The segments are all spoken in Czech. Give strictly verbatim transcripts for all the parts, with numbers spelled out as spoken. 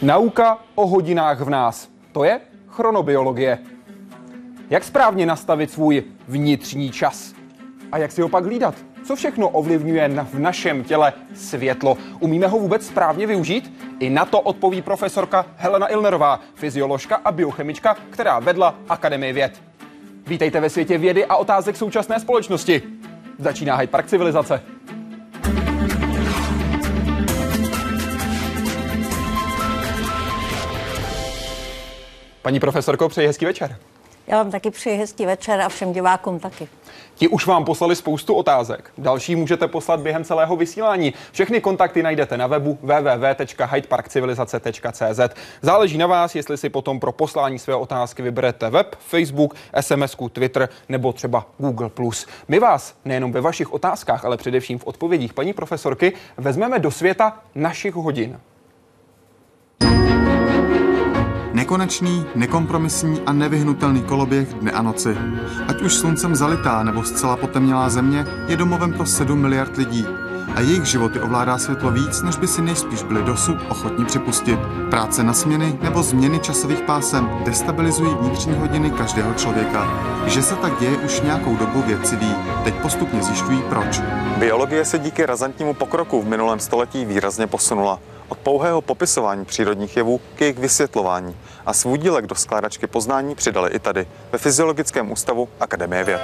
Nauka o hodinách v nás. To je chronobiologie. Jak správně nastavit svůj vnitřní čas? A jak si ho pak hlídat? Co všechno ovlivňuje v našem těle světlo? Umíme ho vůbec správně využít? I na to odpoví profesorka Helena Illnerová, fyzioložka a biochemička, která vedla Akademii věd. Vítejte ve světě vědy a otázek současné společnosti. Začíná Hyde Park civilizace. Paní profesorko, přeji hezký večer. Já vám taky přeji hezký večer a všem divákům taky. Ti už vám poslali spoustu otázek. Další můžete poslat během celého vysílání. Všechny kontakty najdete na webu w w w tečka hyde park civilizace tečka c z. Záleží na vás, jestli si potom pro poslání své otázky vyberete web, Facebook, es em esku, Twitter nebo třeba Google plus. My vás nejenom ve vašich otázkách, ale především v odpovědích paní profesorky vezmeme do světa našich hodin. Nekonečný, nekompromisní a nevyhnutelný koloběh dne a noci. Ať už sluncem zalitá nebo zcela potemnělá země, je domovem pro sedm miliard lidí. A jejich životy ovládá světlo víc, než by si nejspíš byli dosud ochotni připustit. Práce na směny nebo změny časových pásem destabilizují vnitřní hodiny každého člověka. Že se tak děje už nějakou dobu vědci ví. Teď postupně zjišťují proč. Biologie se díky razantnímu pokroku v minulém století výrazně posunula. Od pouhého popisování přírodních jevů k jejich vysvětlování. A svůj dílek do skládačky poznání přidali i tady, ve Fyziologickém ústavu Akademie věd.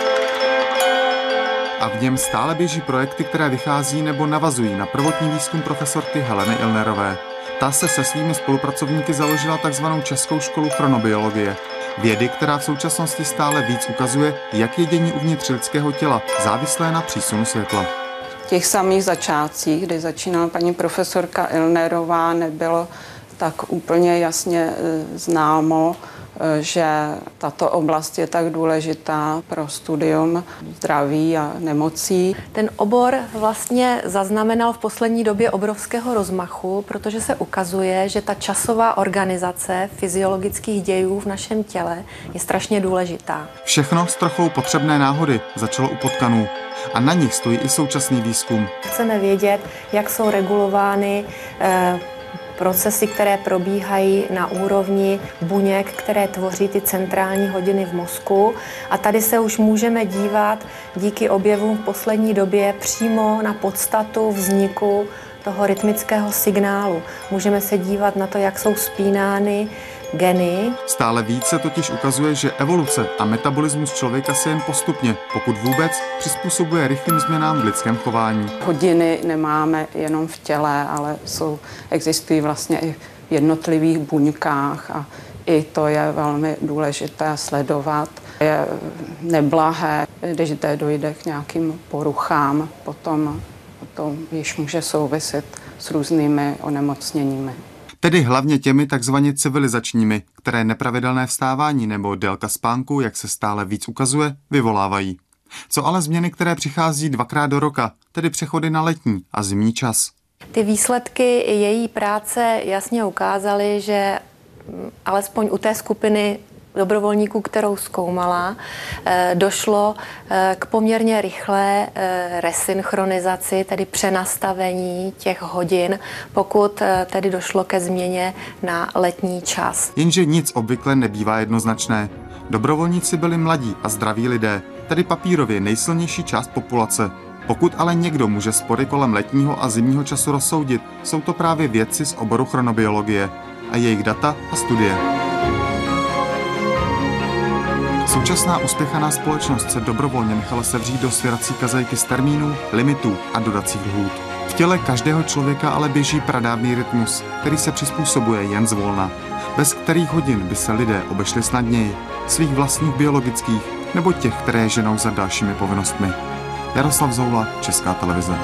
A v něm stále běží projekty, které vychází nebo navazují na prvotní výzkum profesorky Heleny Illnerové. Ta se se svými spolupracovníky založila takzvanou Českou školu chronobiologie. Vědy, která v současnosti stále víc ukazuje, jak je dění uvnitř lidského těla závislé na přísunu světla. V těch samých začátcích, kdy začínala paní profesorka Illnerová, nebylo tak úplně jasně známo, že tato oblast je tak důležitá pro studium zdraví a nemocí. Ten obor vlastně zaznamenal v poslední době obrovského rozmachu, protože se ukazuje, že ta časová organizace fyziologických dějů v našem těle je strašně důležitá. Všechno s trochou potřebné náhody začalo u potkanů. A na nich stojí i současný výzkum. Chceme vědět, jak jsou regulovány eh, procesy, které probíhají na úrovni buněk, které tvoří ty centrální hodiny v mozku. A tady se už můžeme dívat díky objevům v poslední době přímo na podstatu vzniku toho rytmického signálu. Můžeme se dívat na to, jak jsou spínány geny. Stále více totiž ukazuje, že evoluce a metabolismus člověka se jen postupně, pokud vůbec, přizpůsobuje rychlým změnám v lidském chování. Hodiny nemáme jenom v těle, ale jsou, existují vlastně i v jednotlivých buňkách a i to je velmi důležité sledovat. Je neblahé, když zde dojde k nějakým poruchám, potom to již může souviset s různými onemocněními. Tedy hlavně těmi takzvaně civilizačními, které nepravidelné vstávání nebo délka spánku, jak se stále víc ukazuje, vyvolávají. Co ale změny, které přichází dvakrát do roka, tedy přechody na letní a zimní čas? Ty výsledky její práce jasně ukázaly, že alespoň u té skupiny dobrovolníků, kterou zkoumala, došlo k poměrně rychlé resynchronizaci, tedy přenastavení těch hodin, pokud tedy došlo ke změně na letní čas. Jenže nic obvykle nebývá jednoznačné. Dobrovolníci byli mladí a zdraví lidé, tedy papírově nejsilnější část populace. Pokud ale někdo může spory kolem letního a zimního času rozsoudit, jsou to právě vědci z oboru chronobiologie a jejich data a studie. Současná uspěchaná společnost se dobrovolně nechala sevřít do svěrací kazajky z termínů, limitů a dodacích lhůt. V těle každého člověka ale běží pradávný rytmus, který se přizpůsobuje jen zvolna, bez kterých hodin by se lidé obešli snadněji, svých vlastních biologických nebo těch, které ženou za dalšími povinnostmi. Jaroslav Zoula, Česká televize.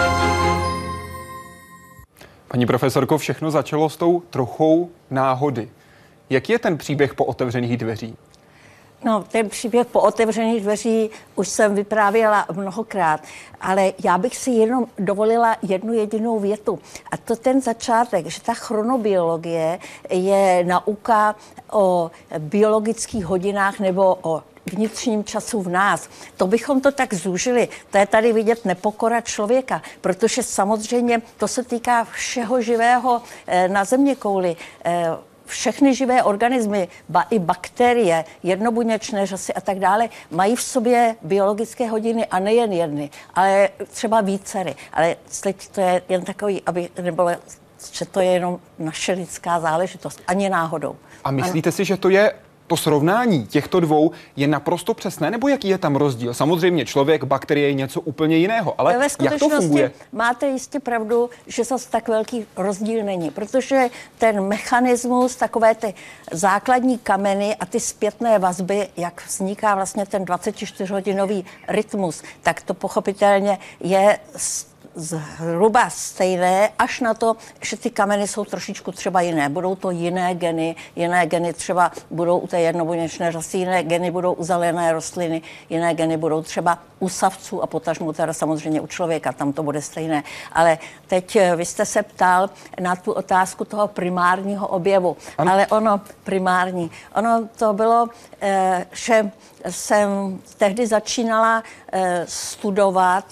Paní profesorko, všechno začalo s tou trochou náhody. Jaký je ten příběh po otevřených dveří? No, ten příběh po otevřených dveří už jsem vyprávěla mnohokrát, ale já bych si jenom dovolila jednu jedinou větu. A to ten začátek, že ta chronobiologie je nauka o biologických hodinách nebo o vnitřním času v nás. To bychom to tak zúžili. To je tady vidět nepokora člověka, protože samozřejmě to se týká všeho živého eh, na zeměkouli. Eh, Všechny živé organismy, ba i bakterie, jednobuněčné řasy a tak dále, mají v sobě biologické hodiny a nejen jedny, ale třeba vícery. Ale teď to je jen takový, aby nebylo, že to je jenom naše lidská záležitost, ani náhodou. A myslíte ano. si, že to je to srovnání těchto dvou je naprosto přesné, nebo jaký je tam rozdíl? Samozřejmě člověk, bakterie je něco úplně jiného, ale jak to funguje? Máte jistě pravdu, že zase tak velký rozdíl není, protože ten mechanismus, takové ty základní kameny a ty zpětné vazby, jak vzniká vlastně ten dvacetičtyřhodinový rytmus, tak to pochopitelně je zhruba stejné, až na to, že ty kameny jsou trošičku třeba jiné. Budou to jiné geny, jiné geny třeba budou u té jednobuněčné řasy, jiné geny budou u zelené rostliny, jiné geny budou třeba u savců a potažmu teda samozřejmě u člověka, tam to bude stejné. Ale teď vy jste se ptal na tu otázku toho primárního objevu. Ano. Ale ono primární, ono to bylo, že jsem tehdy začínala studovat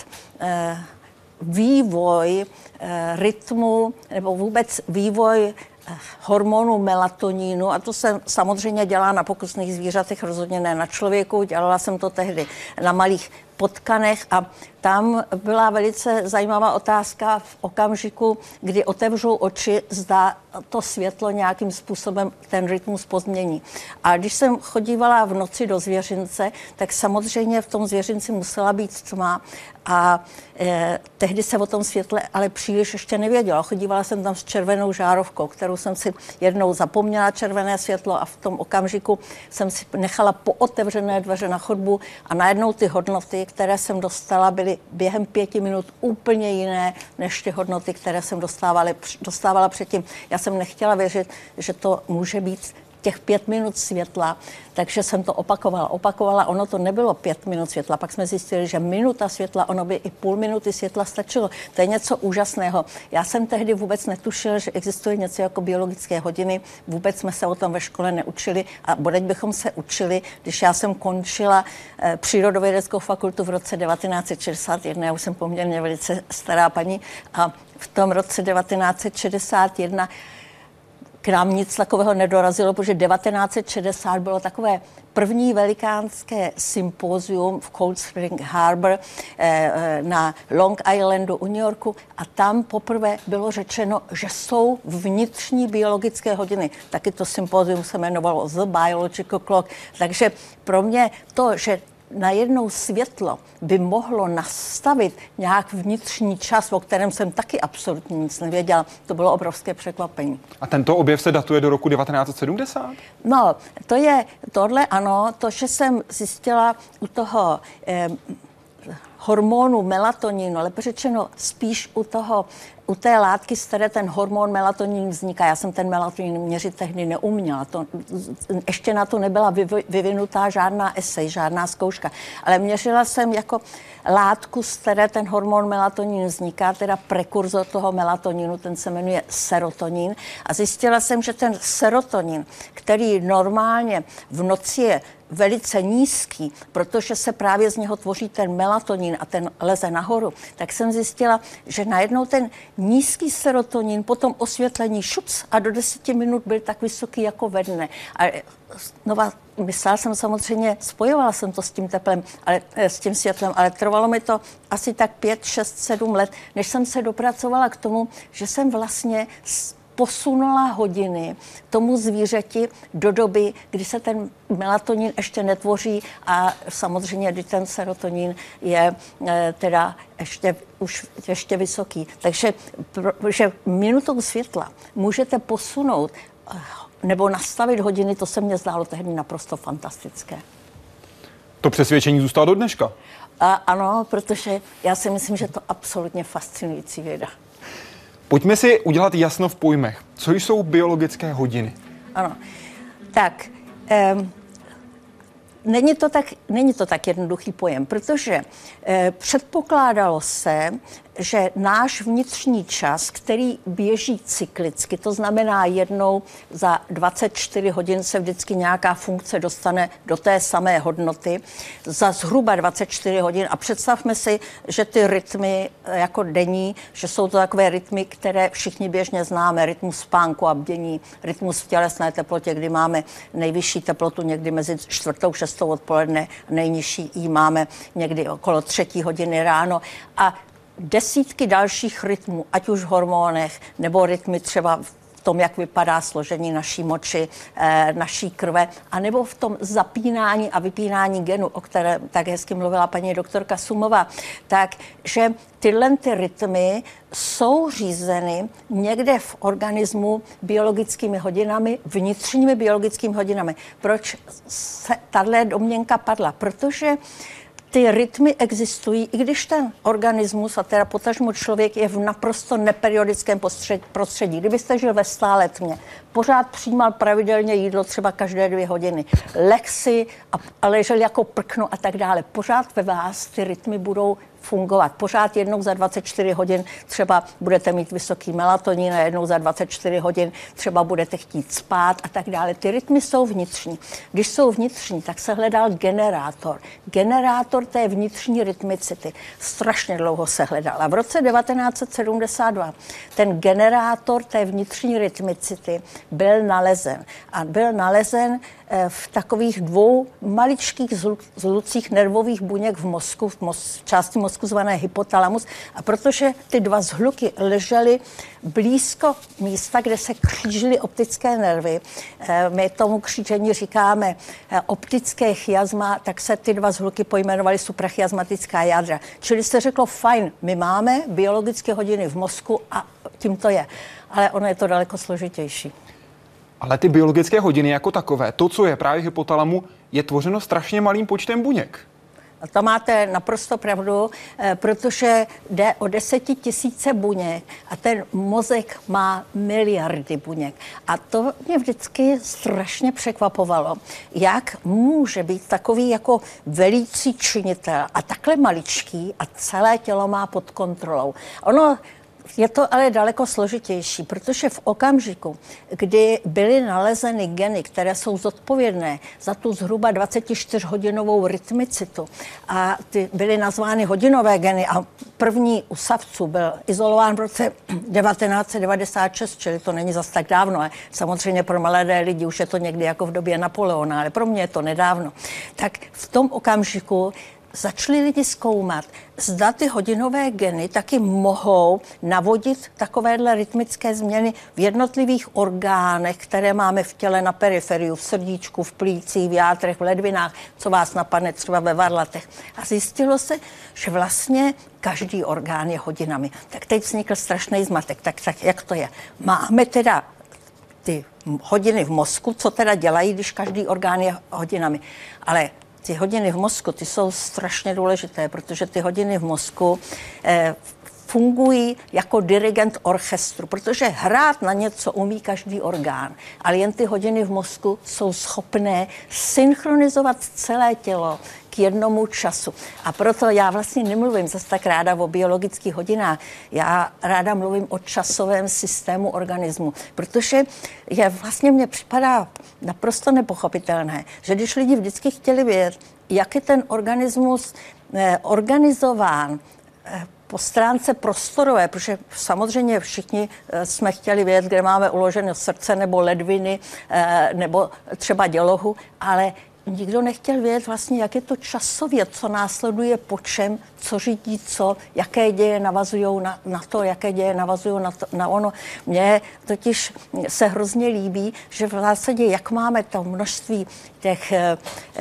vývoj e, rytmu nebo vůbec vývoj e, hormonu melatonínu a to se samozřejmě dělá na pokusných zvířatech, rozhodně ne na člověku, dělala jsem to tehdy na malých potkanech a tam byla velice zajímavá otázka v okamžiku, kdy otevřou oči, zda to světlo nějakým způsobem ten rytmus pozmění. A když jsem chodívala v noci do zvěřince, tak samozřejmě v tom zvěřinci musela být tma a eh, tehdy se o tom světle ale příliš ještě nevěděla. Chodívala jsem tam s červenou žárovkou, kterou jsem si jednou zapomněla, červené světlo, a v tom okamžiku jsem si nechala pootevřené dveře na chodbu a najednou ty hodnoty, které jsem dostala, byly během pěti minut úplně jiné než ty hodnoty, které jsem dostávala, dostávala předtím. Já jsem nechtěla věřit, že to může být těch pět minut světla, takže jsem to opakovala. Opakovala, ono to nebylo pět minut světla, pak jsme zjistili, že minuta světla, ono by i půl minuty světla stačilo. To je něco úžasného. Já jsem tehdy vůbec netušila, že existuje něco jako biologické hodiny, vůbec jsme se o tom ve škole neučili a bodeď bychom se učili, když já jsem končila eh, přírodovědeckou fakultu v roce devatenáct set šedesát jedna, já už jsem poměrně velice stará paní, a v tom roce devatenáct set šedesát jedna k nám nic takového nedorazilo, protože devatenáct set šedesát bylo takové první velikánské sympózium v Cold Spring Harbor eh, na Long Islandu u New Yorku a tam poprvé bylo řečeno, že jsou vnitřní biologické hodiny. Taky to sympózium se jmenovalo The Biological Clock. Takže pro mě to, že najednou světlo by mohlo nastavit nějak vnitřní čas, o kterém jsem taky absolutně nic nevěděla. To bylo obrovské překvapení. A tento objev se datuje do roku devatenáct set sedmdesát? No, to je tohle, ano, to, že jsem zjistila u toho eh, hormonu melatonínu, ale řečeno spíš u toho, u té látky, z které ten hormon melatonín vzniká. Já jsem ten melatonín měřit tehdy neuměla. To, ještě na to nebyla vyvinutá žádná esej, žádná zkouška. Ale měřila jsem jako látku, z které ten hormon melatonín vzniká, teda prekurzor toho melatonínu, ten se jmenuje serotonin. A zjistila jsem, že ten serotonin, který normálně v noci je velice nízký, protože se právě z něho tvoří ten melatonin a ten leze nahoru, tak jsem zjistila, že najednou ten nízký serotonin po tom osvětlení šups a do deseti minut byl tak vysoký jako ve dne. A znova myslela jsem samozřejmě, spojovala jsem to s tím teplem, ale, s tím světlem, ale trvalo mi to asi tak pět, šest, sedm let, než jsem se dopracovala k tomu, že jsem vlastně posunula hodiny tomu zvířeti do doby, kdy se ten melatonin ještě netvoří a samozřejmě, kdy ten serotonin je e, teda ještě, už ještě vysoký. Takže že minutou světla můžete posunout nebo nastavit hodiny, to se mně zdálo tehdy naprosto fantastické. To přesvědčení zůstalo do dneška? A, ano, protože já si myslím, že to je absolutně fascinující věda. Pojďme si udělat jasno v pojmech. Co jsou biologické hodiny? Ano, tak um, není, to tak není to tak jednoduchý pojem, protože eh, předpokládalo se, že náš vnitřní čas, který běží cyklicky, to znamená jednou za dvacet čtyři hodin se vždycky nějaká funkce dostane do té samé hodnoty, za zhruba dvacet čtyři hodin. A představme si, že ty rytmy jako denní, že jsou to takové rytmy, které všichni běžně známe, rytmus spánku a bdění, rytmus v tělesné teplotě, kdy máme nejvyšší teplotu někdy mezi čtvrtou, šestou odpoledne, nejnižší ji máme někdy okolo třetí hodiny ráno a desítky dalších rytmů, ať už v hormonech, nebo rytmy třeba v tom, jak vypadá složení naší moči, eh, naší krve, anebo v tom zapínání a vypínání genu, o které tak hezky mluvila paní doktorka Sumová. Takže tyhle ty rytmy jsou řízeny někde v organismu biologickými hodinami, vnitřními biologickými hodinami. Proč se tahle domněnka padla? Protože ty rytmy existují, i když ten organismus, a teda potažmo člověk, je v naprosto neperiodickém prostředí. Kdybyste žil ve stále tmě, pořád přijímal pravidelně jídlo třeba každé dvě hodiny, leh si a ležel jako prkno a tak dále, pořád ve vás ty rytmy budou fungovat. Pořád jednou za dvacet čtyři hodin třeba budete mít vysoký melatonin a jednou za dvacet čtyři hodin třeba budete chtít spát a tak dále. Ty rytmy jsou vnitřní. Když jsou vnitřní, tak se hledal generátor. Generátor té vnitřní rytmicity. Strašně dlouho se hledal. A v roce devatenáct set sedmdesát dva ten generátor té vnitřní rytmicity byl nalezen. A byl nalezen v takových dvou maličkých zlucích nervových buněk v mozku, v mozku, části mozku zvané hypotalamus. A protože ty dva zhluky ležely blízko místa, kde se křížily optické nervy, my tomu křížení říkáme optické chiasma, tak se ty dva zhluky pojmenovaly suprachiasmatická jádra. Čili se řeklo, fajn, my máme biologické hodiny v mozku a tím to je. Ale ono je to daleko složitější. Ale ty biologické hodiny jako takové, to, co je právě hypotalamu, je tvořeno strašně malým počtem buněk. A to máte naprosto pravdu, protože jde o desetitisíce buněk a ten mozek má miliardy buněk. A to mě vždycky strašně překvapovalo, jak může být takový jako velící činitel a takhle maličký a celé tělo má pod kontrolou. Ono je to ale daleko složitější, protože v okamžiku, kdy byly nalezeny geny, které jsou zodpovědné za tu zhruba dvacetičtyřhodinovou rytmicitu a ty byly nazvány hodinové geny a první u savců byl izolován v roce devatenáct set devadesát šest, čili to není zas tak dávno. Ale samozřejmě pro mladé lidi už je to někdy jako v době Napoleona, ale pro mě je to nedávno. Tak v tom okamžiku začali lidi zkoumat, zda ty hodinové geny taky mohou navodit takovéhle rytmické změny v jednotlivých orgánech, které máme v těle na periferiu, v srdíčku, v plících, v játrech, v ledvinách, co vás napadne třeba ve varlatech. A zjistilo se, že vlastně každý orgán je hodinami. Tak teď vznikl strašný zmatek. Tak, tak jak to je? Máme teda ty hodiny v mozku, co teda dělají, když každý orgán je hodinami. Ale ty hodiny v mozku, ty jsou strašně důležité, protože ty hodiny v mozku eh, fungují jako dirigent orchestru, protože hrát na něco umí každý orgán, ale jen ty hodiny v mozku jsou schopné synchronizovat celé tělo k jednomu času. A proto já vlastně nemluvím zase tak ráda o biologických hodinách, já ráda mluvím o časovém systému organismu, protože je vlastně mně připadá naprosto nepochopitelné, že když lidi vždycky chtěli vědět, jak je ten organismus eh, organizován eh, po stránce prostorové, protože samozřejmě všichni jsme chtěli vědět, kde máme uložené srdce nebo ledviny nebo třeba dělohu, ale nikdo nechtěl vědět vlastně, jak je to časově, co následuje po čem, co řídí co, jaké děje navazují na, na to, jaké děje navazují na, to, na ono. Mně totiž se hrozně líbí, že v zásadě, jak máme to množství těch eh,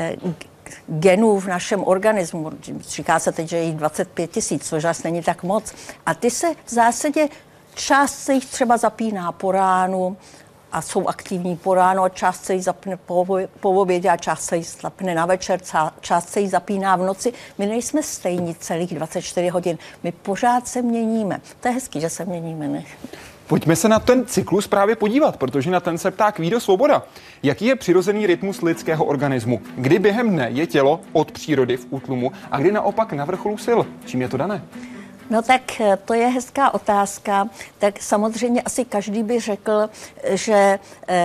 genů v našem organismu, říká se teď, že je jich dvacet pět tisíc, což zase není tak moc, a ty se v zásadě, část se jich třeba zapíná po ránu a jsou aktivní po ránu, a část se jich zapne po, po obědě a část se jich zapne na večer, část se jich zapíná v noci. My nejsme stejní celých dvacet čtyři hodin, my pořád se měníme. To je hezký, že se měníme, ne? Pojďme se na ten cyklus právě podívat, protože na ten se ptá Kvído Svoboda. Jaký je přirozený rytmus lidského organismu? Kdy během dne je tělo od přírody v útlumu a kdy naopak na vrcholu sil? Čím je to dané? No tak to je hezká otázka. Tak samozřejmě asi každý by řekl, že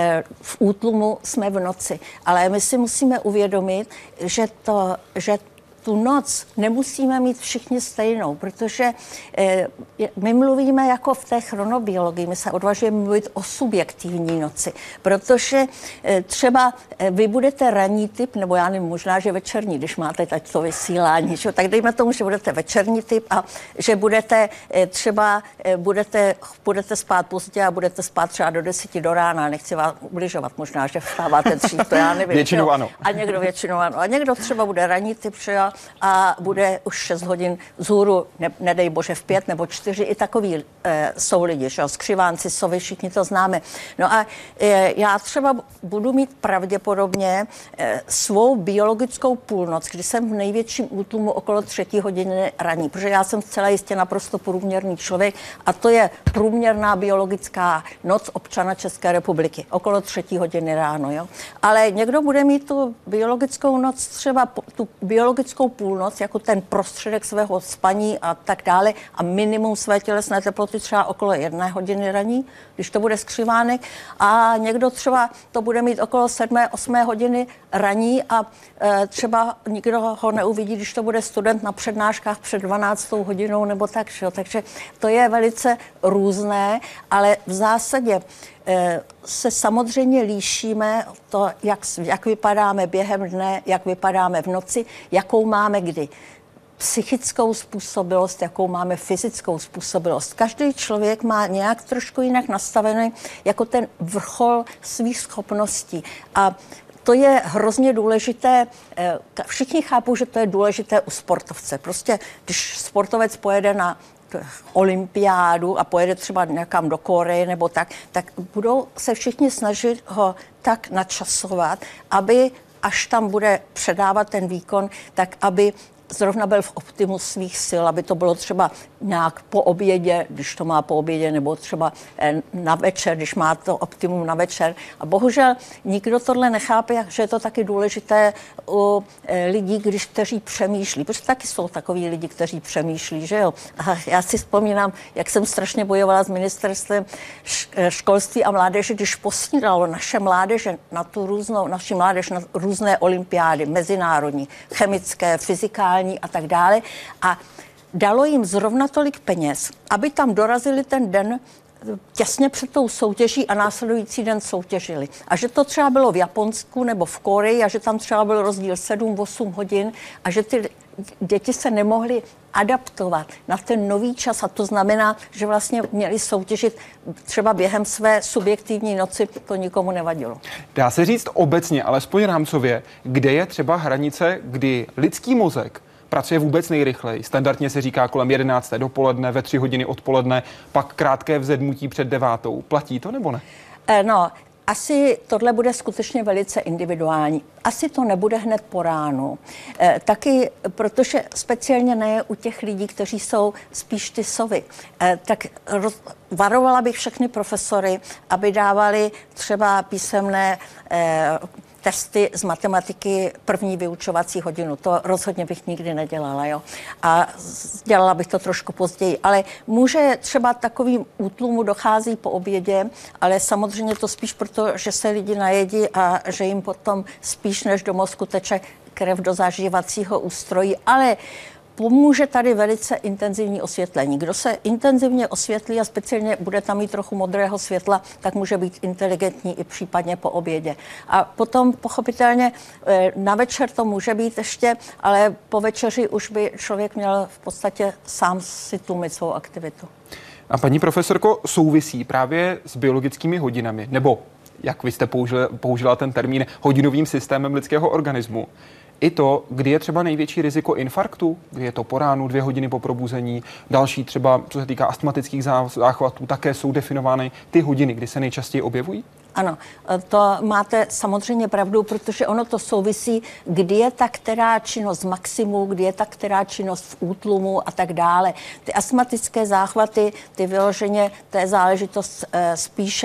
v útlumu jsme v noci. Ale my si musíme uvědomit, že to, že tu noc nemusíme mít všichni stejnou, protože eh, my mluvíme jako v té chronobiologii, my se odvažujeme mluvit o subjektivní noci, protože eh, třeba eh, vy budete ranní typ, nebo já nevím, možná, že večerní, když máte teď to vysílání, čo? Tak dejme tomu, že budete večerní typ a že budete eh, třeba, eh, budete, budete spát pozdě a budete spát třeba do deseti do rána, nechci vás ubližovat, možná, že vstáváte dřív, to já nevím. Většinou ano. A někdo většinou ano. A někdo třeba bude ranní typ, že a bude už šest hodin vzhůru, ne, nedej bože v pět nebo čtyři, i takový e, jsou lidi, že jo, skřivánci, sovy, všichni to známe. No a e, já třeba budu mít pravděpodobně e, svou biologickou půlnoc, kdy jsem v největším útlumu okolo třetí hodiny raní, protože já jsem zcela jistě naprosto průměrný člověk a to je průměrná biologická noc občana České republiky, okolo třetí hodiny ráno, jo. Ale někdo bude mít tu biologickou noc, třeba tu biologickou půlnoc, jako ten prostředek svého spaní a tak dále a minimum své tělesné teploty třeba okolo jedné hodiny raní, když to bude skřivánek a někdo třeba to bude mít okolo sedmé, osmé hodiny raní a e, třeba nikdo ho neuvidí, když to bude student na přednáškách před dvanáctou hodinou nebo tak, že? Takže to je velice různé, ale v zásadě e, se samozřejmě líšíme to, jak, jak vypadáme během dne, jak vypadáme v noci, jakou máme kdy psychickou způsobilost, jakou máme fyzickou způsobilost. Každý člověk má nějak trošku jinak nastavený jako ten vrchol svých schopností. A to je hrozně důležité, všichni chápou, že to je důležité u sportovce. Prostě, když sportovec pojede na olympiádu a pojede třeba někam do Koreje nebo tak, tak budou se všichni snažit ho tak načasovat, aby až tam bude předávat ten výkon, tak aby zrovna byl v optimu svých sil, aby to bylo třeba nějak po obědě, když to má po obědě, nebo třeba na večer, když má to optimum na večer. A bohužel nikdo tohle nechápe, že je to taky důležité u lidí, když kteří přemýšlí. Protože taky jsou takoví lidi, kteří přemýšlí, že jo. A já si vzpomínám, jak jsem strašně bojovala s ministerstvem školství a mládeže, když posílalo naše mládeže na tu různou, naši mládež na různé olympiády, mezinárodní, chemické, fyzikální a tak dále. A dalo jim zrovna tolik peněz, aby tam dorazili ten den těsně před tou soutěží a následující den soutěžili. A že to třeba bylo v Japonsku nebo v Koreji a že tam třeba byl rozdíl sedm osm hodin a že ty děti se nemohly adaptovat na ten nový čas a to znamená, že vlastně měli soutěžit třeba během své subjektivní noci, to nikomu nevadilo. Dá se říct obecně, alespoň rámcově, kde je třeba hranice, kdy lidský mozek pracuje vůbec nejrychleji. Standardně se říká kolem jedenácté dopoledne, ve tři hodiny odpoledne, pak krátké vzedmutí před devátou. Platí to nebo ne? Eh, no, asi tohle bude skutečně velice individuální. Asi to nebude hned po ránu. E, taky, protože speciálně ne u těch lidí, kteří jsou spíš ty sovy. E, tak roz, varovala bych všechny profesory, aby dávali třeba písemné e, testy z matematiky první vyučovací hodinu. To rozhodně bych nikdy nedělala, jo. A dělala bych to trošku později. Ale může třeba takovým útlumu dochází po obědě, ale samozřejmě to spíš proto, že se lidi najedí a že jim potom spíš než do mozku teče krev do zažívacího ústrojí. Ale pomůže tady velice intenzivní osvětlení. Kdo se intenzivně osvětlí a speciálně bude tam mít trochu modrého světla, tak může být inteligentní i případně po obědě. A potom pochopitelně na večer to může být ještě, ale po večeři už by člověk měl v podstatě sám si tlumit svou aktivitu. A paní profesorko, souvisí právě s biologickými hodinami, nebo jak vy jste použila, použila ten termín, hodinovým systémem lidského organismu, i to, kdy je třeba největší riziko infarktu, kdy je to po ránu, dvě hodiny po probuzení, další třeba, co se týká astmatických záchvatů, také jsou definovány ty hodiny, kdy se nejčastěji objevují? Ano, to máte samozřejmě pravdu, protože ono to souvisí, kdy je ta která činnost v maximu, kdy je ta která činnost v útlumu a tak dále. Ty astmatické záchvaty, ty vyloženě, to je záležitost e, spíše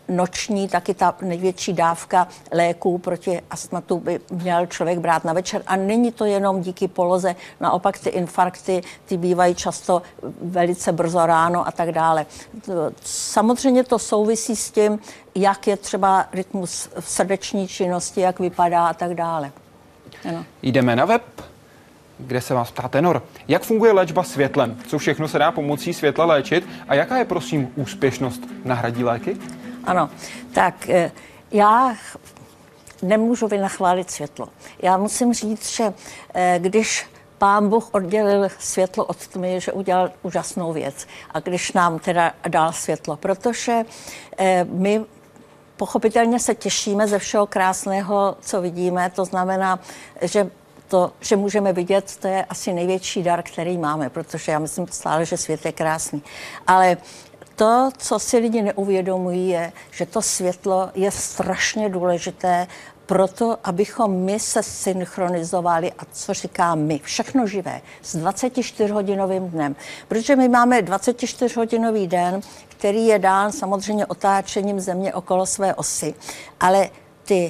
noční, taky ta největší dávka léků proti astmatu by měl člověk brát na večer. A není to jenom díky poloze, naopak ty infarkty, ty bývají často velice brzo ráno a tak dále. Samozřejmě to souvisí s tím, jak je třeba rytmus v srdeční činnosti, jak vypadá a tak dále. Ano. Jdeme na web, kde se vás ptá tenor. Jak funguje léčba světlem? Co všechno se dá pomocí světla léčit? A jaká je, prosím, úspěšnost? Nahradí léky? Ano, tak já nemůžu vynachválit světlo. Já musím říct, že když Pán Bůh oddělil světlo od tmy, že udělal úžasnou věc. A když nám teda dal světlo, protože my pochopitelně se těšíme ze všeho krásného, co vidíme. To znamená, že to, že můžeme vidět, to je asi největší dar, který máme, protože já myslím stále, že svět je krásný. Ale to, co si lidi neuvědomují, je, že to světlo je strašně důležité proto, abychom my se synchronizovali, a co říkám my, všechno živé, s dvacetičtyřhodinovým dnem. Protože my máme dvacetičtyřhodinový den, který je dán samozřejmě otáčením Země okolo své osy, ale ty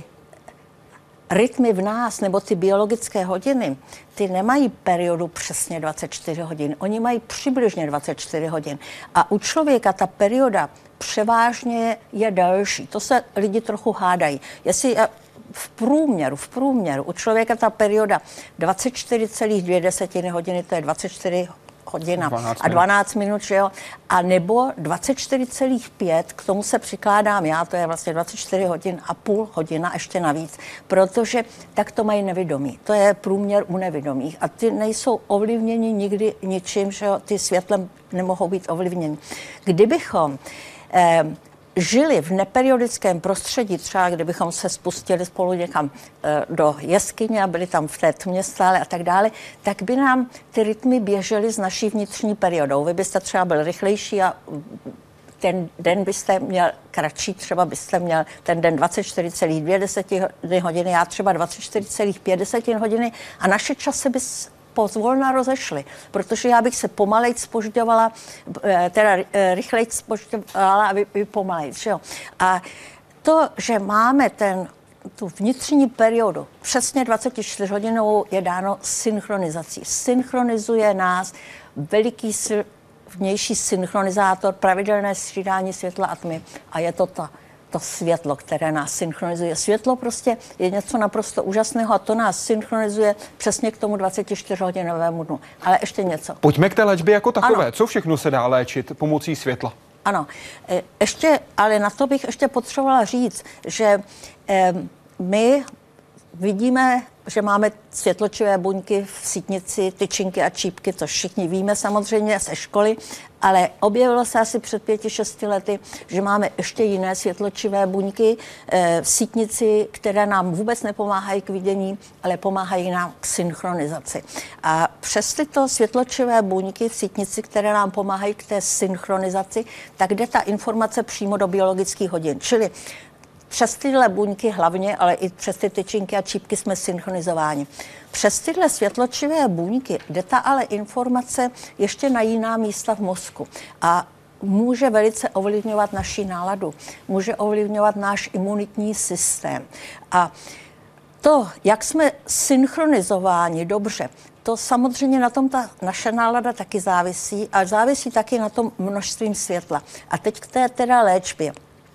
rytmy v nás, nebo ty biologické hodiny, ty nemají periodu přesně dvacet čtyři hodin. Oni mají přibližně dvacet čtyři hodin. A u člověka ta perioda převážně je delší. To se lidi trochu hádají. Jestli v průměru, v průměru u člověka ta perioda dvacet čtyři celá dvě hodiny, to je dvacet čtyři hodina a dvanáct minut, že jo? A nebo dvacet čtyři celá pět, k tomu se přikládám já, to je vlastně dvacet čtyři hodin a půl hodina ještě navíc, protože tak to mají nevědomí. To je průměr u nevědomých a ty nejsou ovlivněni nikdy ničím, že jo? Ty světlem nemohou být ovlivněni. Kdybychom eh, žili v neperiodickém prostředí, třeba kdybychom se spustili spolu někam e, do jeskyně a byli tam v té tmě stále a tak dále, tak by nám ty rytmy běžely s naší vnitřní periodou. Vy byste třeba byl rychlejší a ten den byste měl kratší, třeba byste měl ten den dvacet čtyři celá dvě hodiny, já třeba dvacet čtyři celá pět hodiny a naše časy by pozvolna rozešly, protože já bych se pomalejc zpožďovala, teda rychlejc zpožďovala a vy, vy pomalejc, že jo. A to, že máme ten, tu vnitřní periodu, přesně dvacet čtyři hodinovou, je dáno synchronizací. Synchronizuje nás veliký vnější synchronizátor, pravidelné střídání světla a tmy. A je to ta to světlo, které nás synchronizuje. Světlo prostě je něco naprosto úžasného a to nás synchronizuje přesně k tomu dvacetičtyřhodinovému dnu. Ale ještě něco. Pojďme k té léčbě jako takové. Ano. Co všechno se dá léčit pomocí světla? Ano. Ještě, ale na to bych ještě potřebovala říct, že eh, my vidíme, že máme světločivé buňky v sítnici, tyčinky a čípky, to všichni víme samozřejmě ze školy, ale objevilo se asi před pěti, šesti lety, že máme ještě jiné světločivé buňky e, v sítnici, které nám vůbec nepomáhají k vidění, ale pomáhají nám k synchronizaci. A přes tyto světločivé buňky v sítnici, které nám pomáhají k té synchronizaci, tak jde ta informace přímo do biologických hodin. Čili přes tyhle buňky hlavně, ale i přes ty tyčinky a čípky jsme synchronizováni. Přes tyhle světločivé buňky jde ta ale informace ještě na jiná místa v mozku a může velice ovlivňovat naši náladu, může ovlivňovat náš imunitní systém. A to, jak jsme synchronizováni dobře, to samozřejmě na tom ta naše nálada taky závisí a závisí taky na tom množstvím světla. A teď k té teda léčbě.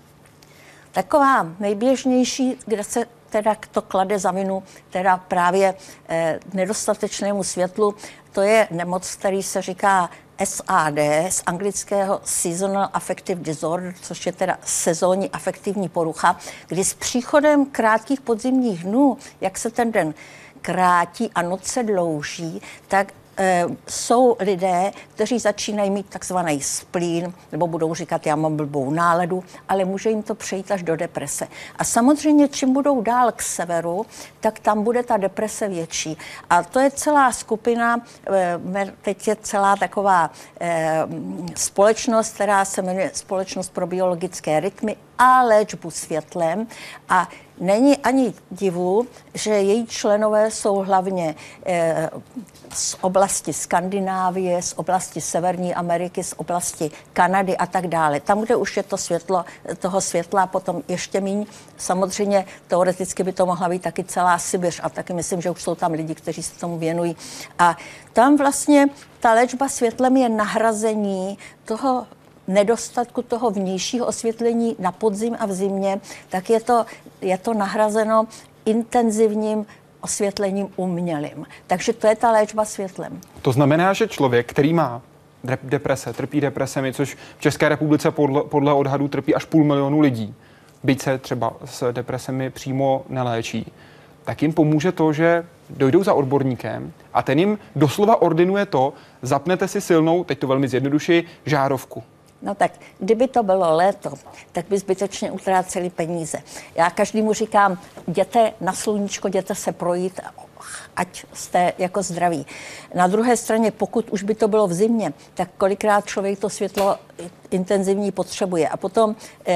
Taková nejběžnější, kde se teda to klade za vinu teda právě eh, nedostatečnému světlu, to je nemoc, který se říká S A D, z anglického Seasonal Affective Disorder, což je teda sezónní afektivní porucha, kdy s příchodem krátkých podzimních dnů, jak se ten den krátí a noc se dlouží, tak e, jsou lidé, kteří začínají mít takzvaný splín, nebo budou říkat, já mám blbou náladu, ale může jim to přejít až do deprese. A samozřejmě, čím budou dál k severu, tak tam bude ta deprese větší. A to je celá skupina, e, teď je celá taková e, společnost, která se jmenuje Společnost pro biologické rytmy, a léčbu světlem. A není ani divu, že její členové jsou hlavně eh, z oblasti Skandinávie, z oblasti Severní Ameriky, z oblasti Kanady a tak dále. Tam, kde už je to světlo, toho světla potom ještě míň. Samozřejmě teoreticky by to mohla být taky celá Sibiř a taky myslím, že už jsou tam lidi, kteří se tomu věnují. A tam vlastně ta léčba světlem je nahrazení toho nedostatku toho vnějšího osvětlení na podzim a v zimě, tak je to, je to nahrazeno intenzivním osvětlením umělým. Takže to je ta léčba světlem. To znamená, že člověk, který má deprese, trpí depresemi, což v České republice podle, podle odhadů trpí až půl milionu lidí, byť se třeba s depresemi přímo neléčí, tak jim pomůže to, že dojdou za odborníkem a ten jim doslova ordinuje to, zapnete si silnou, teď to velmi zjednoduší, žárovku. No tak, kdyby to bylo léto, tak by zbytečně utráceli peníze. Já každému říkám, jděte na sluníčko, jděte se projít, ať jste jako zdraví. Na druhé straně, pokud už by to bylo v zimě, tak kolikrát člověk to světlo intenzivní potřebuje. A potom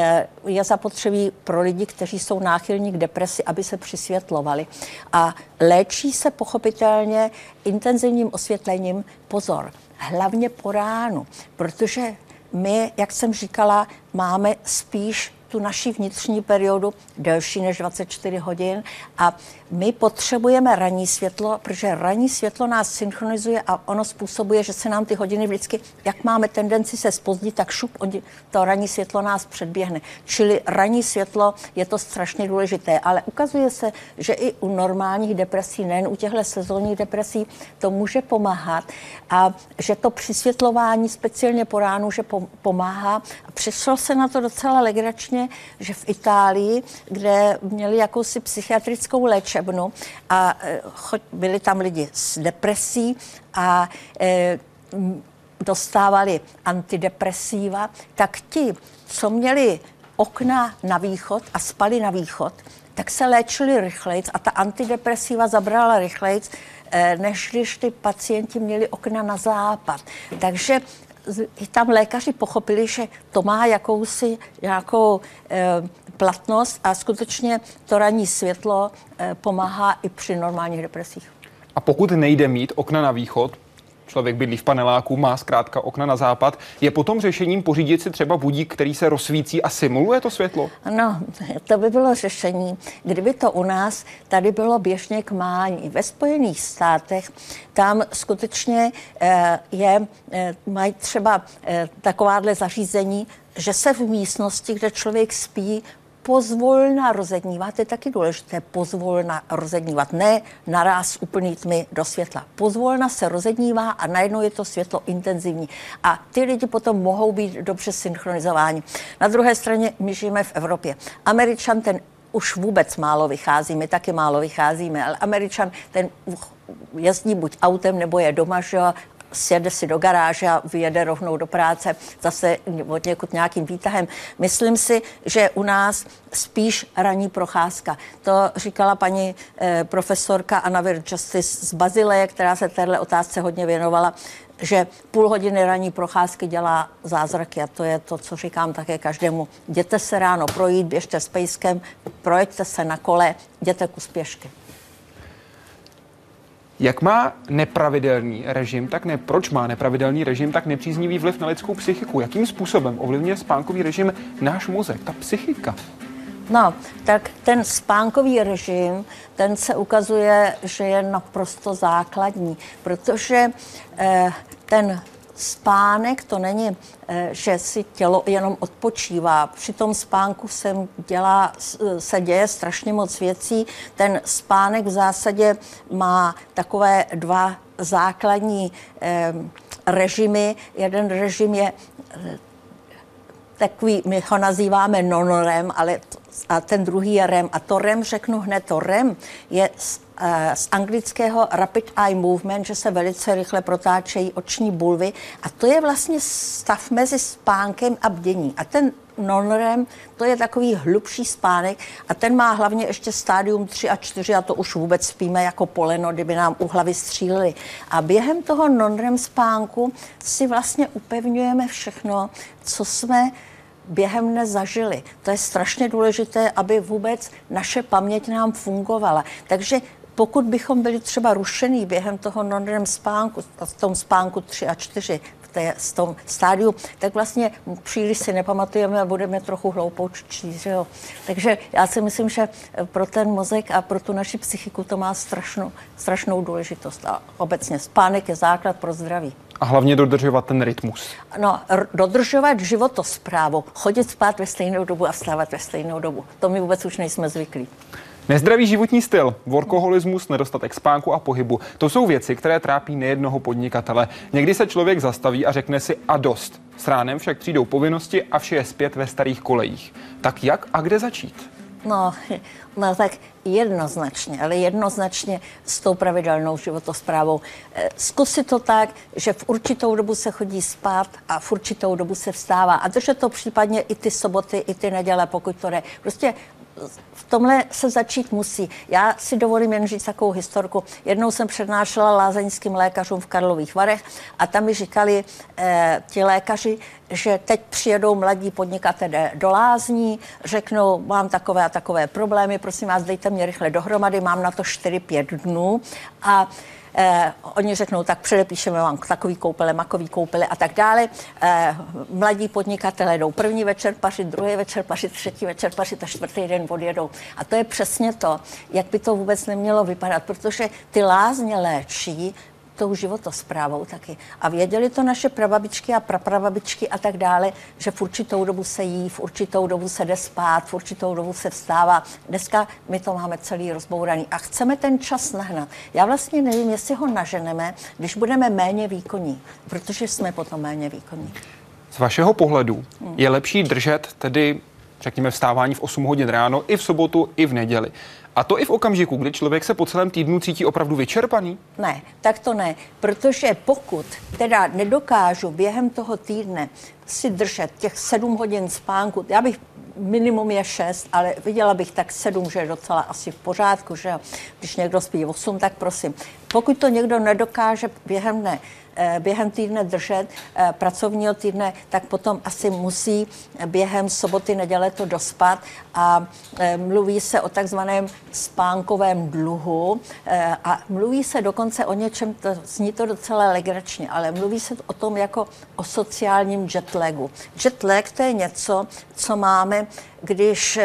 je zapotřebí pro lidi, kteří jsou náchylní k depresi, aby se přisvětlovali. A léčí se pochopitelně intenzivním osvětlením, pozor, hlavně po ránu, protože my, jak jsem říkala, máme spíš tu naši vnitřní periodu delší než dvacet čtyři hodin a my potřebujeme ranní světlo, protože ranní světlo nás synchronizuje a ono způsobuje, že se nám ty hodiny vždycky, jak máme tendenci se zpozdit, tak šup, to ranní světlo nás předběhne. Čili ranní světlo je to strašně důležité, ale ukazuje se, že i u normálních depresí, nejen u těchto sezónních depresí, to může pomáhat a že to přisvětlování speciálně po ránu, že pomáhá. A přišlo se na to docela legračně, že v Itálii, kde měli jakousi psychiatrickou léčebnu a byli tam lidi s depresí a e, dostávali antidepresiva, tak ti, co měli okna na východ a spali na východ, tak se léčili rychlejc a ta antidepresiva zabrala rychlejc, e, než když ty pacienti měli okna na západ. Takže tam lékaři pochopili, že to má jakousi nějakou e, platnost a skutečně to ranní světlo e, pomáhá i při normálních depresích. A pokud nejde mít okna na východ, člověk bydlí v paneláku, má zkrátka okna na západ, je potom řešením pořídit si třeba budík, který se rozsvící a simuluje to světlo? No, to by bylo řešení. Kdyby to u nás tady bylo běžně k mání. Ve Spojených státech tam skutečně eh, je, eh, mají třeba eh, takováhle zařízení, že se v místnosti, kde člověk spí, pozvolna rozednívá, to je taky důležité, pozvolna rozednívat, ne naráz úplný tmy do světla. Pozvolna se rozednívá a najednou je to světlo intenzivní. A ty lidi potom mohou být dobře synchronizováni. Na druhé straně my žijeme v Evropě. Američan ten už vůbec málo vychází, my taky málo vycházíme, ale Američan ten jezdí buď autem, nebo je doma, že sjede si do garáže a vyjede rovnou do práce, zase od někud nějakým výtahem. Myslím si, že u nás spíš ranní procházka. To říkala paní eh, profesorka Anna Justice z Bazileje, která se téhle otázce hodně věnovala, že půl hodiny ranní procházky dělá zázraky a to je to, co říkám také každému. Jděte se ráno projít, běžte s pejskem, projeďte se na kole, jděte kus pěšky. Jak má nepravidelný režim, tak ne, proč má nepravidelný režim tak nepříznivý vliv na lidskou psychiku? Jakým způsobem ovlivňuje spánkový režim náš mozek, ta psychika? No, tak ten spánkový režim, ten se ukazuje, že je naprosto základní, protože eh, ten spánek to není, že si tělo jenom odpočívá. Při tom spánku se, dělá, se děje strašně moc věcí. Ten spánek v zásadě má takové dva základní eh, režimy. Jeden režim je eh, takový, my ho nazýváme non-REM, ale a ten druhý je REM. A to REM řeknu hned, to REM je z, uh, z anglického Rapid Eye Movement, že se velice rychle protáčejí oční bulvy a to je vlastně stav mezi spánkem a bdění. A ten non-REM, to je takový hlubší spánek a ten má hlavně ještě stádium tři a čtyři a to už vůbec spíme jako poleno, kdyby nám u hlavy stříleli. A během toho non-REM spánku si vlastně upevňujeme všechno, co jsme během dne zažili. To je strašně důležité, aby vůbec naše paměť nám fungovala. Takže pokud bychom byli třeba rušený během toho nonrem spánku, v tom spánku tři a čtyři, v tom stádiu, tak vlastně příliš si nepamatujeme a budeme trochu hloupoučtí. Takže já si myslím, že pro ten mozek a pro tu naši psychiku to má strašnou, strašnou důležitost. A obecně spánek je základ pro zdraví. A hlavně dodržovat ten rytmus. No, r- dodržovat životosprávu, chodit spát ve stejnou dobu a vstávat ve stejnou dobu. To my vůbec už nejsme zvyklí. Nezdravý životní styl, workoholismus, nedostatek spánku a pohybu. To jsou věci, které trápí nejednoho podnikatele. Někdy se člověk zastaví a řekne si a dost. S ránem však přijdou povinnosti a vše je zpět ve starých kolejích. Tak jak a kde začít? No, no tak jednoznačně, ale jednoznačně s tou pravidelnou životosprávou. Zkusit to tak, že v určitou dobu se chodí spát a v určitou dobu se vstává. A držet to případně i ty soboty, i ty neděle, pokud to jde. Prostě v tomhle se začít musí. Já si dovolím jen říct takovou historku. Jednou jsem přednášela lázeňským lékařům v Karlových Varech a tam mi říkali eh, ti lékaři, že teď přijedou mladí podnikatelé do lázní, řeknou, mám takové a takové problémy, prosím vás, dejte mě rychle dohromady, mám na to čtyři pět dnů a Eh, oni řeknou, tak předepíšeme vám takový koupele, makový koupele a tak dále. Eh, mladí podnikatelé jdou první večer pařit, druhý večer pařit, třetí večer pařit a čtvrtý den odjedou. A to je přesně to, jak by to vůbec nemělo vypadat, protože ty lázně léčí tou životosprávou taky. A věděli to naše prababičky a praprababičky a tak dále, že v určitou dobu se jí, v určitou dobu se jde spát, v určitou dobu se vstává. Dneska my to máme celý rozbouraný a chceme ten čas nahnat. Já vlastně nevím, jestli ho naženeme, když budeme méně výkonní, protože jsme potom méně výkonní. Z vašeho pohledu je lepší držet tedy, řekněme, vstávání v osm hodin ráno i v sobotu, i v neděli. A to i v okamžiku, kdy člověk se po celém týdnu cítí opravdu vyčerpaný? Ne, tak to ne, protože pokud teda nedokážu během toho týdne si držet těch sedm hodin spánku, já bych minimum je šest, ale viděla bych tak sedm, že je docela asi v pořádku, že když někdo spí osm, tak prosím. Pokud to někdo nedokáže během dne, během týdne držet, pracovního týdne, tak potom asi musí během soboty, neděle to dospat a mluví se o takzvaném spánkovém dluhu a mluví se dokonce o něčem, to, zní to docela legračně, ale mluví se o tom jako o sociálním jetlagu. Jetlag to je něco, co máme, když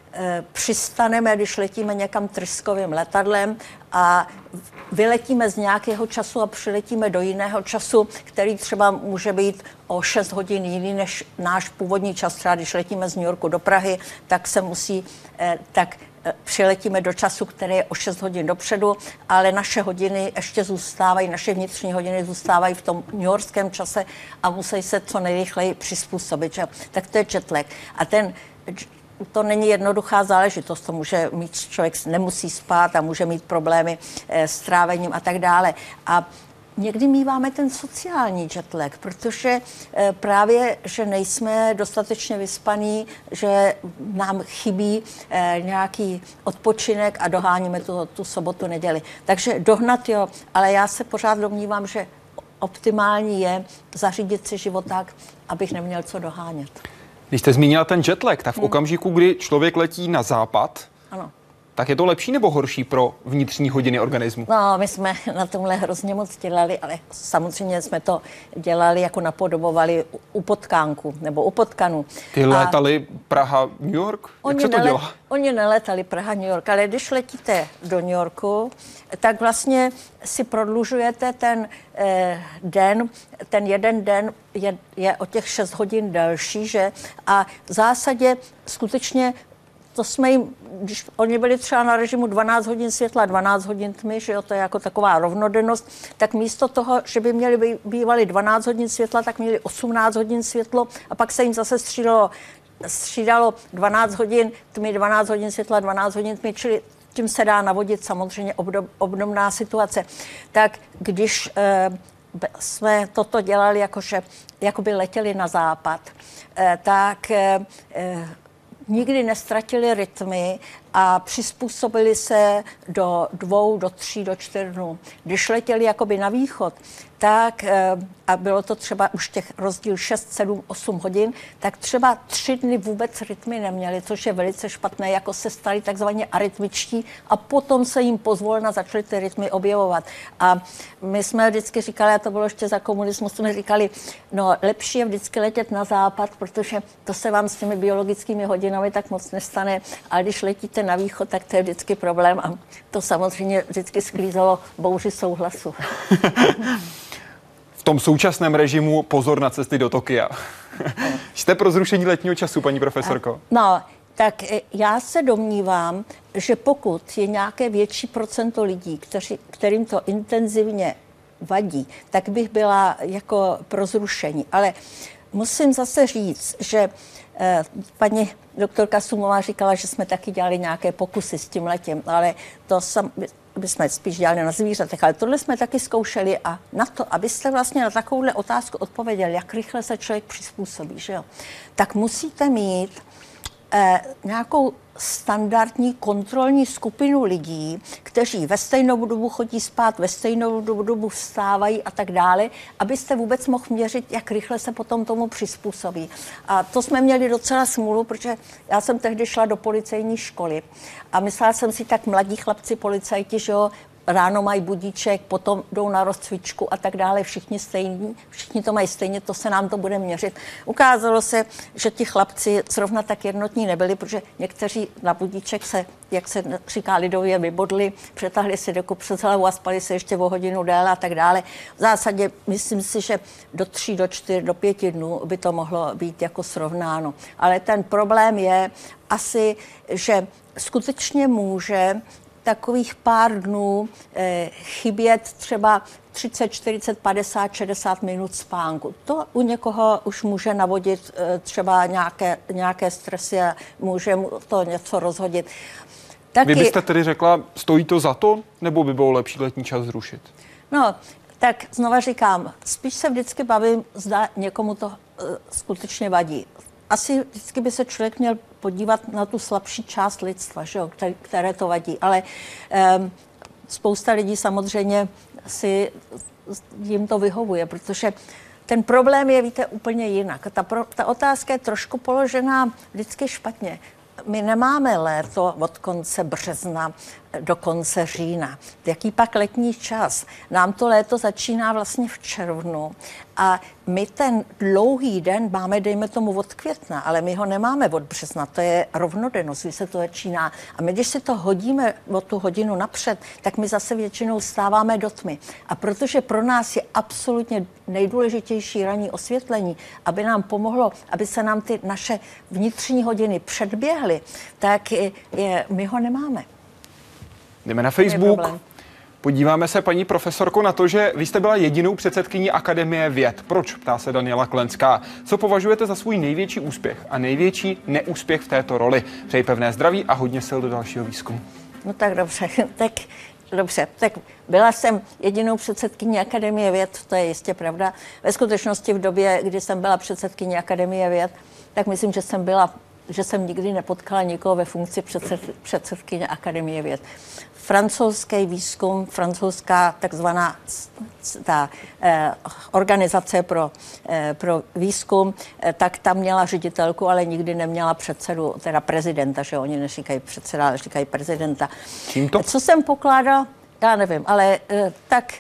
přistaneme, když letíme někam tryskovým letadlem a vyletíme z nějakého času a přiletíme do jiného času, který třeba může být o šest hodin jiný než náš původní čas. Třeba když letíme z New Yorku do Prahy, tak se musí, tak přiletíme do času, který je o šest hodin dopředu, ale naše hodiny ještě zůstávají, naše vnitřní hodiny zůstávají v tom newyorském čase a musí se co nejrychleji přizpůsobit. Že? Tak to je jetlag. A ten to není jednoduchá záležitost, to může mít člověk, nemusí spát a může mít problémy s trávením a tak dále. A někdy míváme ten sociální jetlag, protože právě, že nejsme dostatečně vyspaní, že nám chybí nějaký odpočinek a doháníme tu, tu sobotu, neděli. Takže dohnat jo, ale já se pořád domnívám, že optimální je zařídit si život tak, abych neměl co dohánět. Když jste zmínila ten jetlag, tak v okamžiku, kdy člověk letí na západ, ano. tak je to lepší nebo horší pro vnitřní hodiny organismu? No, my jsme na tomhle hrozně moc dělali, ale samozřejmě jsme to dělali, jako napodobovali u potkánku, nebo u potkanu. Ty létali Praha, New York? Jak se to nele, dělá? Oni nelétali Praha, New York, ale když letíte do New Yorku, tak vlastně si prodlužujete ten eh, den, ten jeden den je, je o těch šest hodin delší, že? A v zásadě skutečně to jsme jim, když oni byli třeba na režimu dvanáct hodin světla, dvanáct hodin tmy, že jo, to je jako taková rovnodennost, tak místo toho, že by měli bývali dvanáct hodin světla, tak měli osmnáct hodin světlo a pak se jim zase střídalo, střídalo dvanáct hodin tmy, dvanáct hodin světla, dvanáct hodin tmy, čili tím se dá navodit samozřejmě obdob, obdobná situace. Tak když eh, jsme toto dělali, jakože, jako by letěli na západ, eh, tak eh, nikdy nestratili rytmy a přizpůsobili se do dvou, do tří, do čtyř dnů. Když letěli jakoby na východ, tak, a bylo to třeba už těch rozdíl šest, sedm, osm hodin, tak třeba tři dny vůbec rytmy neměli, což je velice špatné, jako se stali takzvaně arytmičtí a potom se jim pozvolna začaly ty rytmy objevovat. A my jsme vždycky říkali, a to bylo ještě za komunismu, jsme říkali, no lepší je vždycky letět na západ, protože to se vám s těmi biologickými hodinami tak moc nestane, ale když letíte na východ, tak to je vždycky problém a to samozřejmě vždycky sklízelo bouři souhlasu. V tom současném režimu pozor na cesty do Tokia. Jste pro zrušení letního času, paní profesorko? No, tak já se domnívám, že pokud je nějaké větší procento lidí, kteří, kterým to intenzivně vadí, tak bych byla jako pro zrušení. Ale musím zase říct, že eh, paní doktorka Sumová říkala, že jsme taky dělali nějaké pokusy s tím letím, ale to sam, bychom spíš dělali na zvířatech, ale tohle jsme taky zkoušeli a na to, abyste vlastně na takovouhle otázku odpověděli, jak rychle se člověk přizpůsobí, že jo, tak musíte mít eh, nějakou standardní kontrolní skupinu lidí, kteří ve stejnou dobu chodí spát, ve stejnou dobu vstávají a tak dále, abyste vůbec mohl měřit, jak rychle se potom tomu přizpůsobí. A to jsme měli docela smůlu, protože já jsem tehdy šla do policejní školy a myslela jsem si, tak mladí chlapci policajti, že jo, ráno mají budíček, potom jdou na rozcvičku a tak dále, všichni stejní, všichni to mají stejně, to se nám to bude měřit. Ukázalo se, že ti chlapci zrovna tak jednotní nebyli, protože někteří na budíček se, jak se říká lidově, vybodli, přetahli si deku přes hlavu a spali se ještě o hodinu déle a tak dále. V zásadě myslím si, že do tří, do čtyř, do pěti dnů by to mohlo být jako srovnáno. Ale ten problém je asi, že skutečně může takových pár dnů eh, chybět třeba třicet, čtyřicet, padesát, šedesát minut spánku. To u někoho už může navodit eh, třeba nějaké, nějaké stresy a může mu to něco rozhodit. Taky, Vy byste tedy řekla, stojí to za to, nebo by bylo lepší letní čas zrušit? No, tak znova říkám, spíš se vždycky bavím, zda někomu to uh, skutečně vadí. Asi vždycky by se člověk měl podívat na tu slabší část lidstva, že jo, které to vadí. Ale um, spousta lidí samozřejmě si jim to vyhovuje, protože ten problém je, víte, úplně jinak. Ta, pro, ta otázka je trošku položená vždycky špatně. My nemáme léto od konce března do konce října. Jaký pak letní čas? Nám to léto začíná vlastně v červnu a my ten dlouhý den máme, dejme tomu, od května, ale my ho nemáme od března, to je rovnodennost, kdy se to začíná. A my, když si to hodíme o tu hodinu napřed, tak my zase většinou stáváme do tmy. A protože pro nás je absolutně nejdůležitější ranní osvětlení, aby nám pomohlo, aby se nám ty naše vnitřní hodiny předběhly, tak je, je, my ho nemáme. Jdeme na Facebook. Podíváme se, paní profesorko, na to, že vy jste byla jedinou předsedkyní Akademie věd. Proč? Ptá se Daniela Klenská. Co považujete za svůj největší úspěch a největší neúspěch v této roli? Přeji pevné zdraví a hodně sil do dalšího výzkumu. No tak dobře, tak dobře. Tak byla jsem jedinou předsedkyní Akademie věd, to je jistě pravda. Ve skutečnosti v době, kdy jsem byla předsedkyní Akademie věd, tak myslím, že jsem byla, že jsem nikdy nepotkala nikoho ve funkci předsed, předsedkyně Akademie věd. Francouzský výzkum, francouzská takzvaná ta, eh, organizace pro, eh, pro výzkum, eh, tak tam měla ředitelku, ale nikdy neměla předsedu, teda prezidenta, že oni neříkají předseda, ale říkají prezidenta. Čím to? Co jsem pokládala, já nevím, ale eh, tak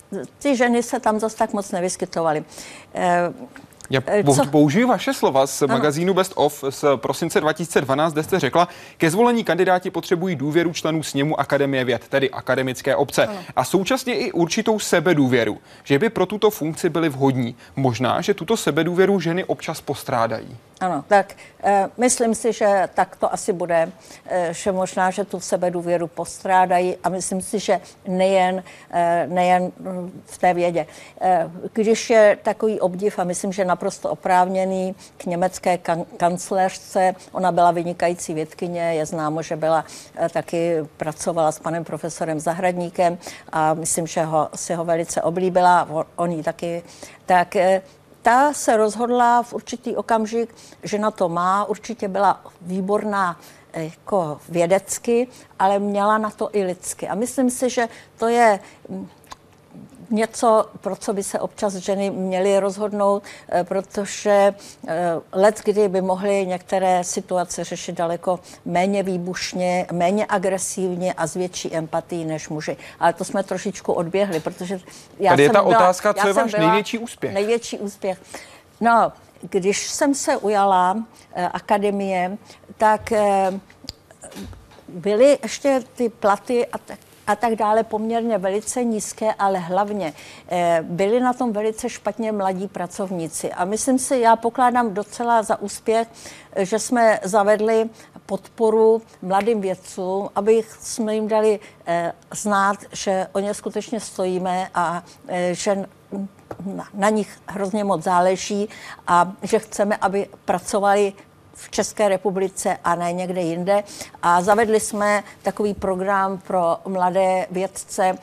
ty ženy se tam zase tak moc nevyskytovaly. Eh, Já použiju vaše slova z magazínu Best of z prosince dva tisíce dvanáct, kde jste řekla, ke zvolení kandidáti potřebují důvěru členů sněmu Akademie věd, tedy akademické obce, ano. A současně i určitou sebedůvěru, že by pro tuto funkci byli vhodní. Možná, že tuto sebedůvěru ženy občas postrádají. Ano, tak e, myslím si, že tak to asi bude, e, že možná, že tu sebedůvěru postrádají a myslím si, že nejen, e, nejen v té vědě. E, když je takový obdiv a myslím, že naprosto oprávněný k německé kan- kancléřce, ona byla vynikající vědkyně, je známo, že byla e, taky pracovala s panem profesorem Zahradníkem a myslím, že ho, si ho velice oblíbila, on jí taky, tak e, ta se rozhodla v určitý okamžik, že na to má, určitě byla výborná jako vědecky, ale měla na to i lidsky. A myslím si, že to je něco, pro co by se občas ženy měly rozhodnout, protože let, kdy by mohly některé situace řešit daleko méně výbušně, méně agresivně a s větší empatií než muži. Ale to jsme trošičku odběhli, protože já Tady je jsem ta byla, otázka, co je váš byla, největší úspěch? Největší úspěch. No, když jsem se ujala eh, akademie, tak eh, byly ještě ty platy a tak a tak dále poměrně velice nízké, ale hlavně eh, byli na tom velice špatně mladí pracovníci. A myslím si, já pokládám docela za úspěch, že jsme zavedli podporu mladým vědcům, aby jsme jim dali eh, znát, že o ně skutečně stojíme a eh, že na, na nich hrozně moc záleží a že chceme, aby pracovali v České republice a ne někde jinde. A zavedli jsme takový program pro mladé vědce,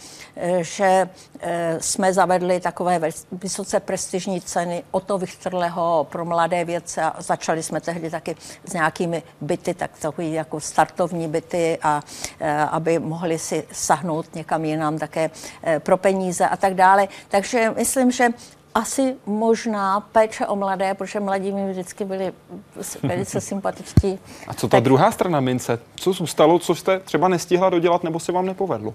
že jsme zavedli takové vysoce prestižní ceny Otto Wichterleho pro mladé vědce a začali jsme tehdy taky s nějakými byty, tak takový jako startovní byty, a aby mohli si sahnout někam jinam také pro peníze a tak dále. Takže myslím, že asi možná péče o mladé, protože mladí mi vždycky byli velice sympatičtí. A co ta tak druhá strana mince? Co zůstalo, co jste třeba nestihla dodělat, nebo se vám nepovedlo?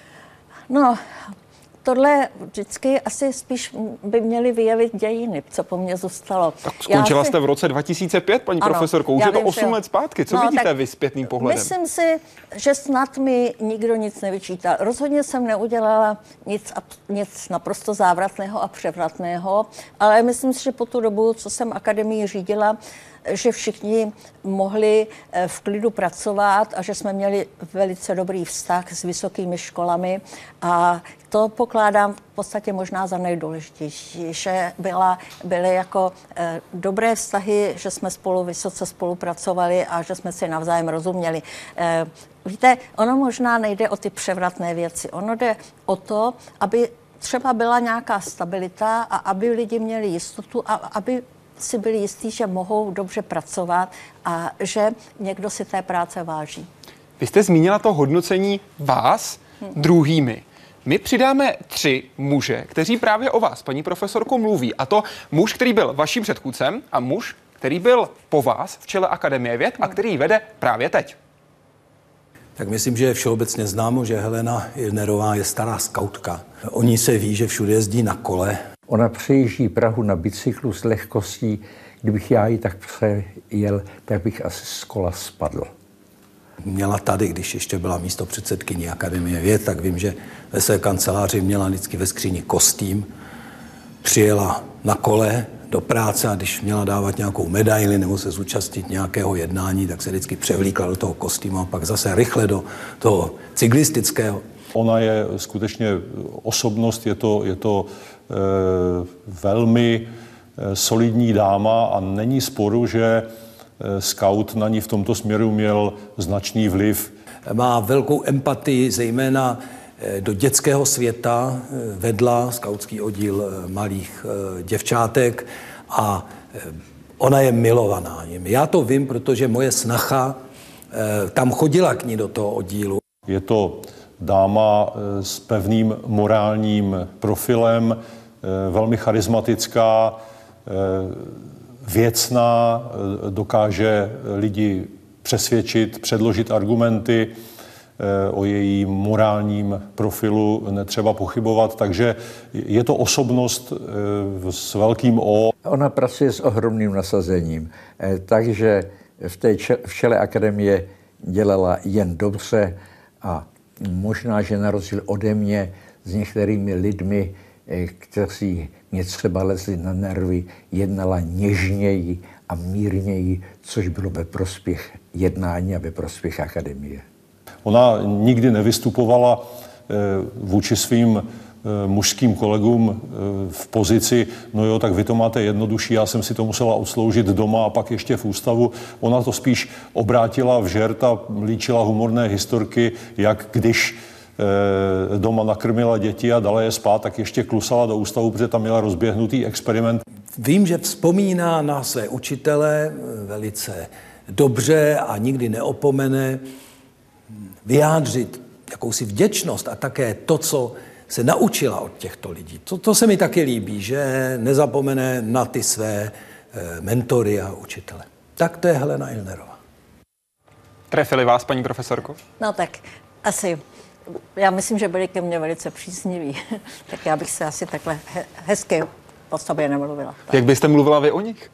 No, tohle vždycky asi spíš by měly vyjevit dějiny, co po mně zůstalo. Tak skončila si... jste v roce dva tisíce pět, paní ano, profesorko, už je to osm let zpátky. Co no, vidíte vy zpětným pohledem? Myslím si, že snad mi nikdo nic nevyčítal. Rozhodně jsem neudělala nic, nic naprosto závratného a převratného, ale myslím si, že po tu dobu, co jsem akademii řídila, že všichni mohli v klidu pracovat a že jsme měli velice dobrý vztah s vysokými školami a to pokládám v podstatě možná za nejdůležitější, že byla, byly jako eh, dobré vztahy, že jsme spolu vysoce spolupracovali a že jsme si navzájem rozuměli. Eh, víte, ono možná nejde o ty převratné věci, ono jde o to, aby třeba byla nějaká stabilita a aby lidi měli jistotu a aby si byli jistí, že mohou dobře pracovat a že někdo si té práce váží. Vy jste zmínila to hodnocení vás hmm. druhými. My přidáme tři muže, kteří právě o vás, paní profesorko, mluví. A to muž, který byl vaším předchůdcem a muž, který byl po vás v čele Akademie věd a který vede právě teď. Tak myslím, že je všeobecně známo, že Helena Ilnerová je stará skautka. O ní se ví, že všude jezdí na kole. Ona přejíždí Prahu na bicyklu s lehkostí. Kdybych já ji tak přejel, tak bych asi z kola spadl. Měla tady, když ještě byla místopředsedkyní Akademie věd, tak vím, že ve své kanceláři měla vždycky ve skříni kostým. Přijela na kole do práce a když měla dávat nějakou medaili nebo se zúčastnit nějakého jednání, tak se vždycky převlíkla do toho kostýmu a pak zase rychle do toho cyklistického. Ona je skutečně osobnost, je to, je to e, velmi solidní dáma a není sporu, že Skaut na ní v tomto směru měl značný vliv. Má velkou empatii, zejména do dětského světa, vedla skautský oddíl malých děvčátek a ona je milovaná jimi. Já to vím, protože moje snacha tam chodila k ní do toho oddílu. Je to dáma s pevným morálním profilem, velmi charismatická, věcná, dokáže lidi přesvědčit, předložit argumenty, o jejím morálním profilu netřeba pochybovat, takže je to osobnost s velkým O. Ona pracuje s ohromným nasazením, takže v té v čele akademie dělala jen dobře a možná, že na rozdíl ode mě s některými lidmi, kteří mě třeba lezli na nervy, jednala něžněji a mírněji, což bylo ve prospěch jednání a ve prospěch akademie. Ona nikdy nevystupovala vůči svým mužským kolegům v pozici, no jo, tak vy to máte jednodušší, já jsem si to musela odsloužit doma a pak ještě v ústavu. Ona to spíš obrátila v žert a líčila humorné historky, jak když doma nakrmila děti a dala je spát, tak ještě klusala do ústavu, protože tam měla rozběhnutý experiment. Vím, že vzpomíná na své učitele velice dobře a nikdy neopomene vyjádřit jakousi vděčnost a také to, co se naučila od těchto lidí. To, to se mi taky líbí, že nezapomene na ty své mentory a učitele. Tak to je Helena Illnerová. Trefili vás, paní profesorko? No tak asi, já myslím, že byli ke mně velice přízniví, tak já bych se asi takhle he- hezky o sobě nemluvila. Tak. Jak byste mluvila vy o nich?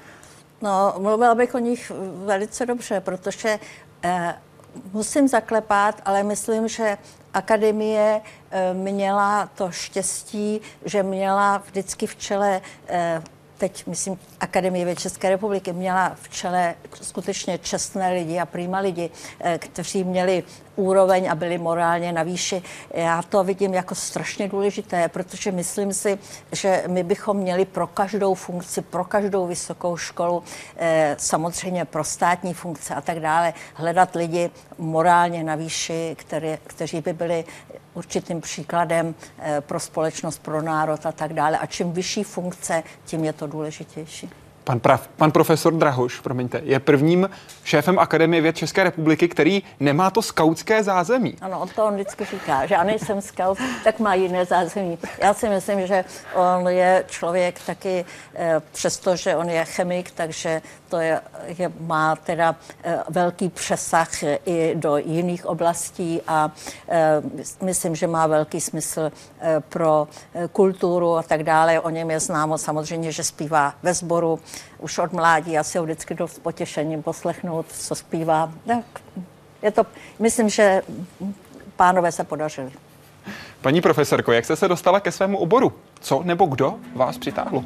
No, mluvila bych o nich velice dobře, protože eh, musím zaklepat, ale myslím, že akademie eh, měla to štěstí, že měla vždycky v čele eh, teď, myslím, Akademie věd České republiky měla v čele skutečně čestné lidi a prima lidi, kteří měli úroveň a byli morálně na výši. Já to vidím jako strašně důležité, protože myslím si, že my bychom měli pro každou funkci, pro každou vysokou školu, samozřejmě pro státní funkce a tak dále, hledat lidi morálně na výši, které, kteří by byli určitým příkladem pro společnost, pro národ a tak dále. A čím vyšší funkce, tím je to důležitější. Pan, prav, pan profesor Drahoš, promiňte, je prvním šéfem Akademie věd České republiky, který nemá to skautské zázemí. Ano, on to on vždycky říká, že já nejsem skaut, tak má jiné zázemí. Já si myslím, že on je člověk taky, přestože on je chemik, takže to je, je, má teda velký přesah i do jiných oblastí a myslím, že má velký smysl pro kulturu a tak dále. O něm je známo samozřejmě, že zpívá ve sboru už od mládí. Já si ho vždycky dost potěšením poslechnout, co zpívá. Tak je to, myslím, že pánové se podařili. Paní profesorko, jak jste se dostala ke svému oboru? Co nebo kdo vás přitáhlo?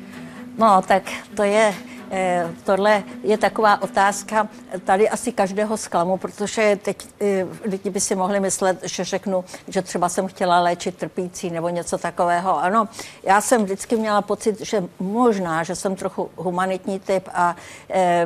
No, tak to je... Tohle je taková otázka tady asi každého zklamu, protože teď lidi by si mohli myslet, že řeknu, že třeba jsem chtěla léčit trpící nebo něco takového. Ano, já jsem vždycky měla pocit, že možná, že jsem trochu humanitní typ a eh,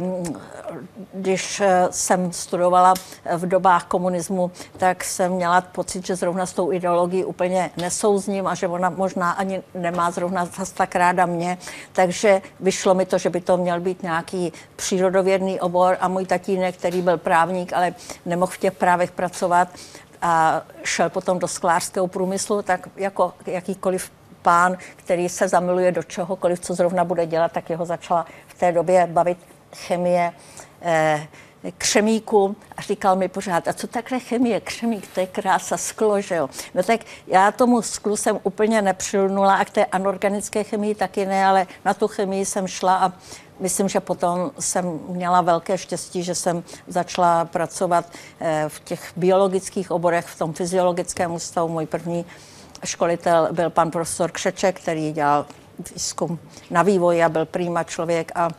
když jsem studovala v dobách komunismu, tak jsem měla pocit, že zrovna s tou ideologií úplně nesouzním a že ona možná ani nemá zrovna zas tak ráda mě, takže vyšlo mi to, že by to měl být nějaký přírodovědný obor a můj tatínek, který byl právník, ale nemohl v těch právech pracovat a šel potom do sklářského průmyslu, tak jako jakýkoliv pán, který se zamiluje do čehokoliv, co zrovna bude dělat, tak jeho začala v té době bavit chemie, eh, křemíku a říkal mi pořád, a co takhle chemie, křemík, to je krása, sklo, že jo. No tak já tomu sklu jsem úplně nepřilnula a k té anorganické chemii taky ne, ale na tu chemii jsem šla a myslím, že potom jsem měla velké štěstí, že jsem začala pracovat v těch biologických oborech, v tom fyziologickém ústavu. Můj první školitel byl pan profesor Křeček, který dělal výzkum na vývoji a byl prima člověk a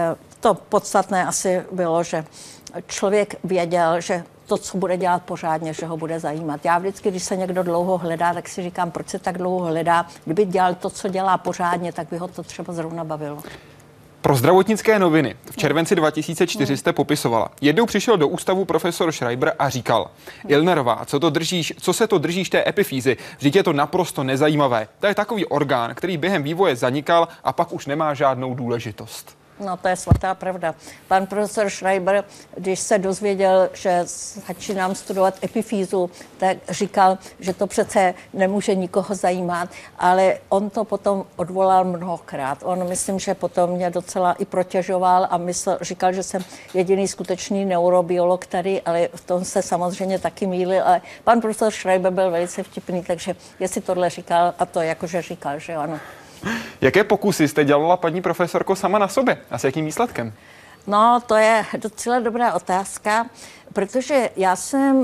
to podstatné asi bylo, že člověk věděl, že to, co bude dělat pořádně, že ho bude zajímat. Já vždycky, když se někdo dlouho hledá, tak si říkám, proč se tak dlouho hledá. Kdyby dělal to, co dělá pořádně, tak by ho to třeba zrovna bavilo. Pro Zdravotnické noviny v červenci dva tisíce čtyři jste popisovala. Jednou přišel do ústavu profesor Schreiber a říkal: Illnerová, co, to držíš, co se to držíš té epifýzy? Vždyť je to naprosto nezajímavé. To je takový orgán, který během vývoje zanikal a pak už nemá žádnou důležitost. No, to je svatá pravda. Pan profesor Schreiber, když se dozvěděl, že začínám studovat epifýzu, tak říkal, že to přece nemůže nikoho zajímat, ale on to potom odvolal mnohokrát. On, myslím, že potom mě docela i protěžoval a myslel, říkal, že jsem jediný skutečný neurobiolog tady, ale v tom se samozřejmě taky mýlil, ale pan profesor Schreiber byl velice vtipný, takže jestli tohle říkal, a to jakože říkal, že ano. Jaké pokusy jste dělala, paní profesorko, sama na sobě? A s jakým výsledkem? No, to je docela dobrá otázka, protože já jsem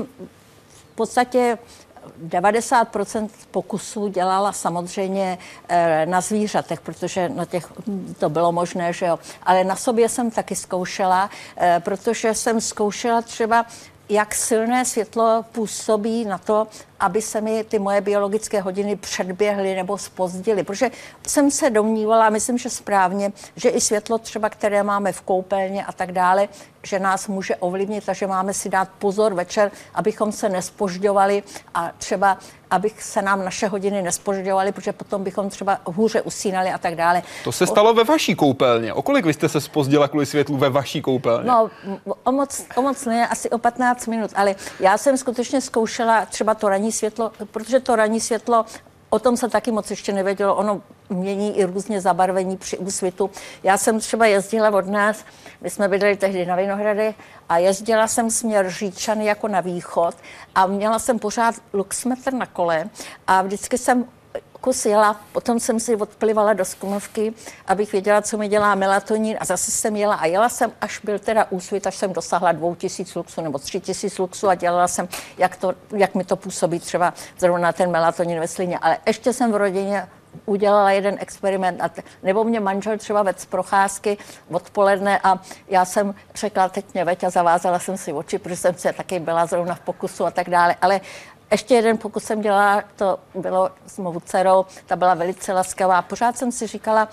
v podstatě devadesát procent pokusů dělala samozřejmě na zvířatech, protože na těch to bylo možné, že jo. Ale na sobě jsem taky zkoušela, protože jsem zkoušela třeba, jak silné světlo působí na to, aby se mi ty moje biologické hodiny předběhly nebo zpozdily. Protože jsem se domnívala, myslím, že správně, že i světlo třeba, které máme v koupelně a tak dále, že nás může ovlivnit, takže máme si dát pozor večer, abychom se nespožďovali a třeba, abych se nám naše hodiny nespožďovaly, protože potom bychom třeba hůře usínali a tak dále. To se stalo ve vaší koupelně. O kolik vy jste se zpozdila kvůli světlu ve vaší koupelně? No, o moc, o moc ne, asi o patnáct minut, ale já jsem skutečně zkoušela třeba to ranní světlo, protože to ranní světlo, o tom se taky moc ještě nevědělo, ono mění i různě zabarvení při úsvitu. Já jsem třeba jezdila od nás, my jsme bydleli tehdy na Vinohrady a jezdila jsem směr Říčany jako na východ a měla jsem pořád luxmetr na kole a vždycky jsem kus jela, potom jsem si odplivala do skunovky, abych věděla, co mi dělá melatonin a zase jsem jela a jela jsem, až byl teda úsvit, až jsem dosáhla dvou tisíc luxu nebo tři tisíc luxu a dělala jsem, jak, to, jak mi to působí třeba zrovna ten melatonin ve slině. Ale ještě jsem v rodině udělala jeden experiment, a t- nebo mě manžel třeba vedl z procházky odpoledne a já jsem řekla, teď mě veď a zavázala jsem si oči, protože jsem se taky byla zrovna v pokusu a tak dále, ale ještě jeden pokus jsem dělala, to bylo s mou dcerou, ta byla velice laskavá. Pořád jsem si říkala,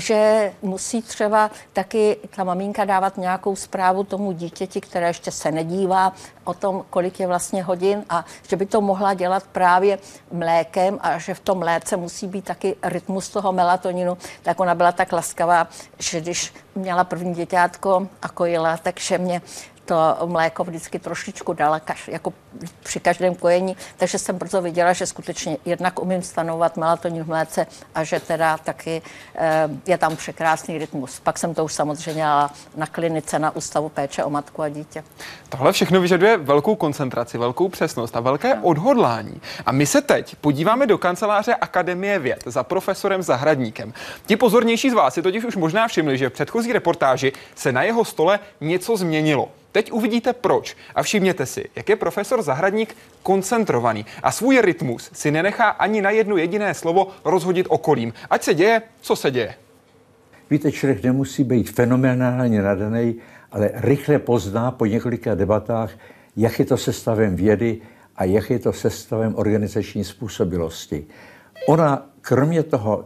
že musí třeba taky ta maminka dávat nějakou zprávu tomu dítěti, které ještě se nedívá o tom, kolik je vlastně hodin a že by to mohla dělat právě mlékem a že v tom mléce musí být taky rytmus toho melatoninu. Tak ona byla tak laskavá, že když měla první děťátko a kojila, takže mě to mléko vždycky trošičku dala, kaž, jako při každém kojení, takže jsem brzo viděla, že skutečně jednak umím stanovat melatonin v mléce a že teda taky e, je tam překrásný rytmus. Pak jsem to už samozřejmě dělala na klinice, na Ústavu péče o matku a dítě. Tohle všechno vyžaduje velkou koncentraci, velkou přesnost a velké odhodlání. A my se teď podíváme do kanceláře Akademie věd za profesorem Zahradníkem. Ti pozornější z vás si totiž už možná všimli, že v předchozí reportáži se na jeho stole něco změnilo. Teď uvidíte proč a všimněte si, jak je profesor Zahradník koncentrovaný a svůj rytmus si nenechá ani na jedno jediné slovo rozhodit okolím. Ať se děje, co se děje. Víte, člověk nemusí být fenomenálně nadaný, ale rychle pozná po několika debatách, jak je to se stavem vědy a jak je to se stavem organizační způsobilosti. Ona kromě toho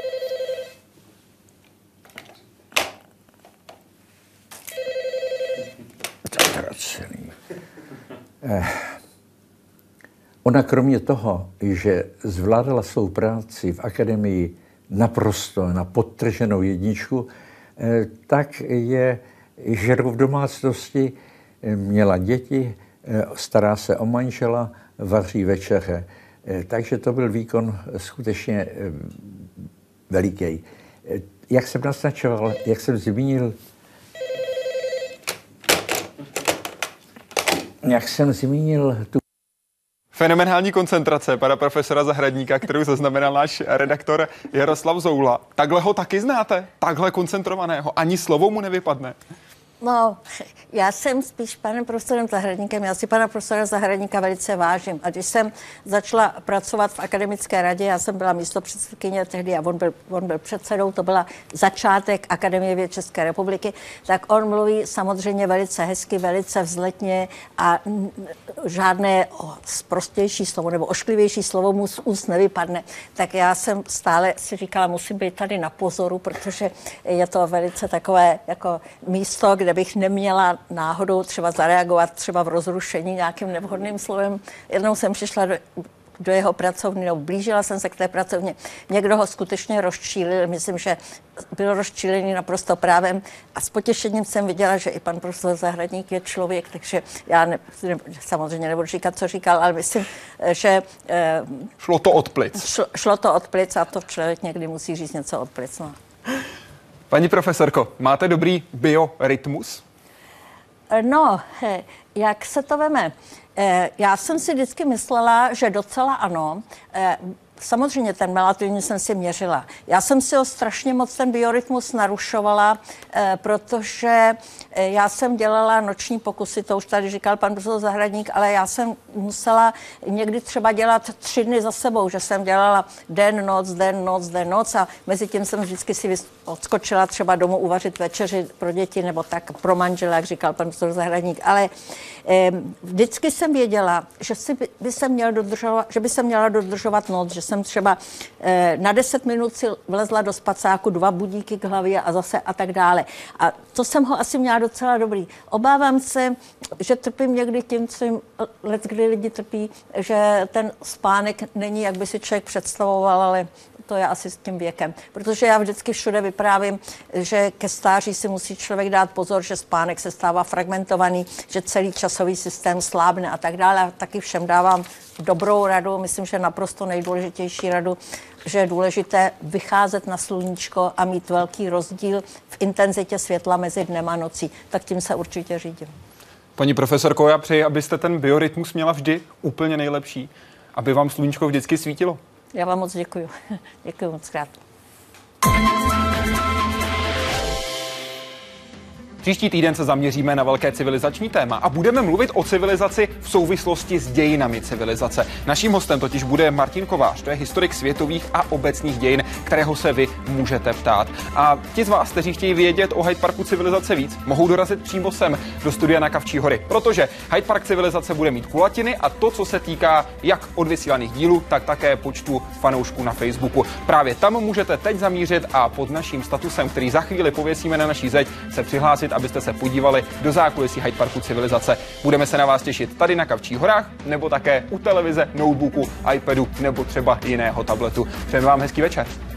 Eh, ona kromě toho, že zvládala svou práci v akademii naprosto na podtrženou jedničku, eh, tak je žerou v domácnosti, eh, měla děti, eh, stará se o manžela, vaří večeře. Eh, takže to byl výkon skutečně eh, veliký. Eh, jak jsem naznačoval, jak jsem zmínil, Jak jsem zmínil tu Fenomenální koncentrace pana profesora Zahradníka, kterou zaznamenal náš redaktor Jaroslav Zoula. Takhle ho taky znáte? Takhle koncentrovaného? Ani slovo mu nevypadne? No, já jsem spíš panem profesorem Zahradníkem, já si pana profesora Zahradníka velice vážím. A když jsem začala pracovat v akademické radě, já jsem byla místopředsedkyně tehdy a on byl, on byl předsedou, to byla začátek Akademie věd České republiky, tak on mluví samozřejmě velice hezky, velice vzletně a žádné prostější slovo nebo ošklivější slovo mu z úst nevypadne. Tak já jsem stále si říkala, musím být tady na pozoru, protože je to velice takové jako místo, kde bych neměla náhodou třeba zareagovat třeba v rozrušení nějakým nevhodným slovem. Jednou jsem přišla do, do jeho pracovny, no, blížila jsem se k té pracovně. Někdo ho skutečně rozčílil, myslím, že byl rozčílený naprosto právem a s potěšením jsem viděla, že i pan profesor Zahradník je člověk, takže já ne, ne, samozřejmě nebudu říkat, co říkal, ale myslím, že... Eh, šlo to od plic. Šlo, šlo to od plic a to člověk někdy musí říct něco od plic, no. Paní profesorko, máte dobrý biorytmus? No, jak se to veme? Já jsem si vždycky myslela, že docela ano. Samozřejmě ten melatonin jsem si měřila. Já jsem si ho strašně moc ten biorytmus narušovala, eh, protože eh, já jsem dělala noční pokusy, to už tady říkal pan profesor Zahradník, ale já jsem musela někdy třeba dělat tři dny za sebou, že jsem dělala den, noc, den, noc, den, noc a mezi tím jsem vždycky si odskočila třeba domů uvařit večeři pro děti nebo tak pro manžela, jak říkal pan profesor Zahradník. Ale eh, vždycky jsem jsem věděla, že, si by, by se měl dodržovat, že by se měla dodržovat noc, že jsem třeba eh, na deset minut si vlezla do spacáku, dva budíky k hlavě a zase a tak dále. A to jsem ho asi měla docela dobrý. Obávám se, že trpím někdy tím, co jim let, kdy lidi trpí, že ten spánek není, jak by si člověk představoval, ale to je asi s tím věkem. Protože já vždycky všude vyprávím, že ke stáří si musí člověk dát pozor, že spánek se stává fragmentovaný, že celý časový systém slábne a tak dále. A taky všem dávám dobrou radu, myslím, že naprosto nejdůležitější radu, že je důležité vycházet na sluníčko a mít velký rozdíl v intenzitě světla mezi dnem a nocí. Tak tím se určitě řídím. Paní profesorko, já přeji, abyste ten biorytmus měla vždy úplně nejlepší, aby vám sluníčko vždycky svítilo. Já vám moc děkuju. Děkuju moc krát. Příští týden se zaměříme na velké civilizační téma a budeme mluvit o civilizaci v souvislosti s dějinami civilizace. Naším hostem totiž bude Martin Kovář, to je historik světových a obecných dějin, kterého se vy můžete ptát. A ti z vás, kteří chtějí vědět o Hyde Parku civilizace víc, mohou dorazit přímo sem do studia na Kavčí hory, protože Hyde Park civilizace bude mít kulatiny a to, co se týká jak odvysílaných dílů, tak také počtu fanoušků na Facebooku. Právě tam můžete teď zamířit a pod naším statusem, který za chvíli pověsíme na naší zeď, se přihlásit, abyste se podívali do zákulisí Hyde Parku civilizace. Budeme se na vás těšit tady na Kavčích horách, nebo také u televize, notebooku, iPadu nebo třeba jiného tabletu. Přejeme vám hezký večer.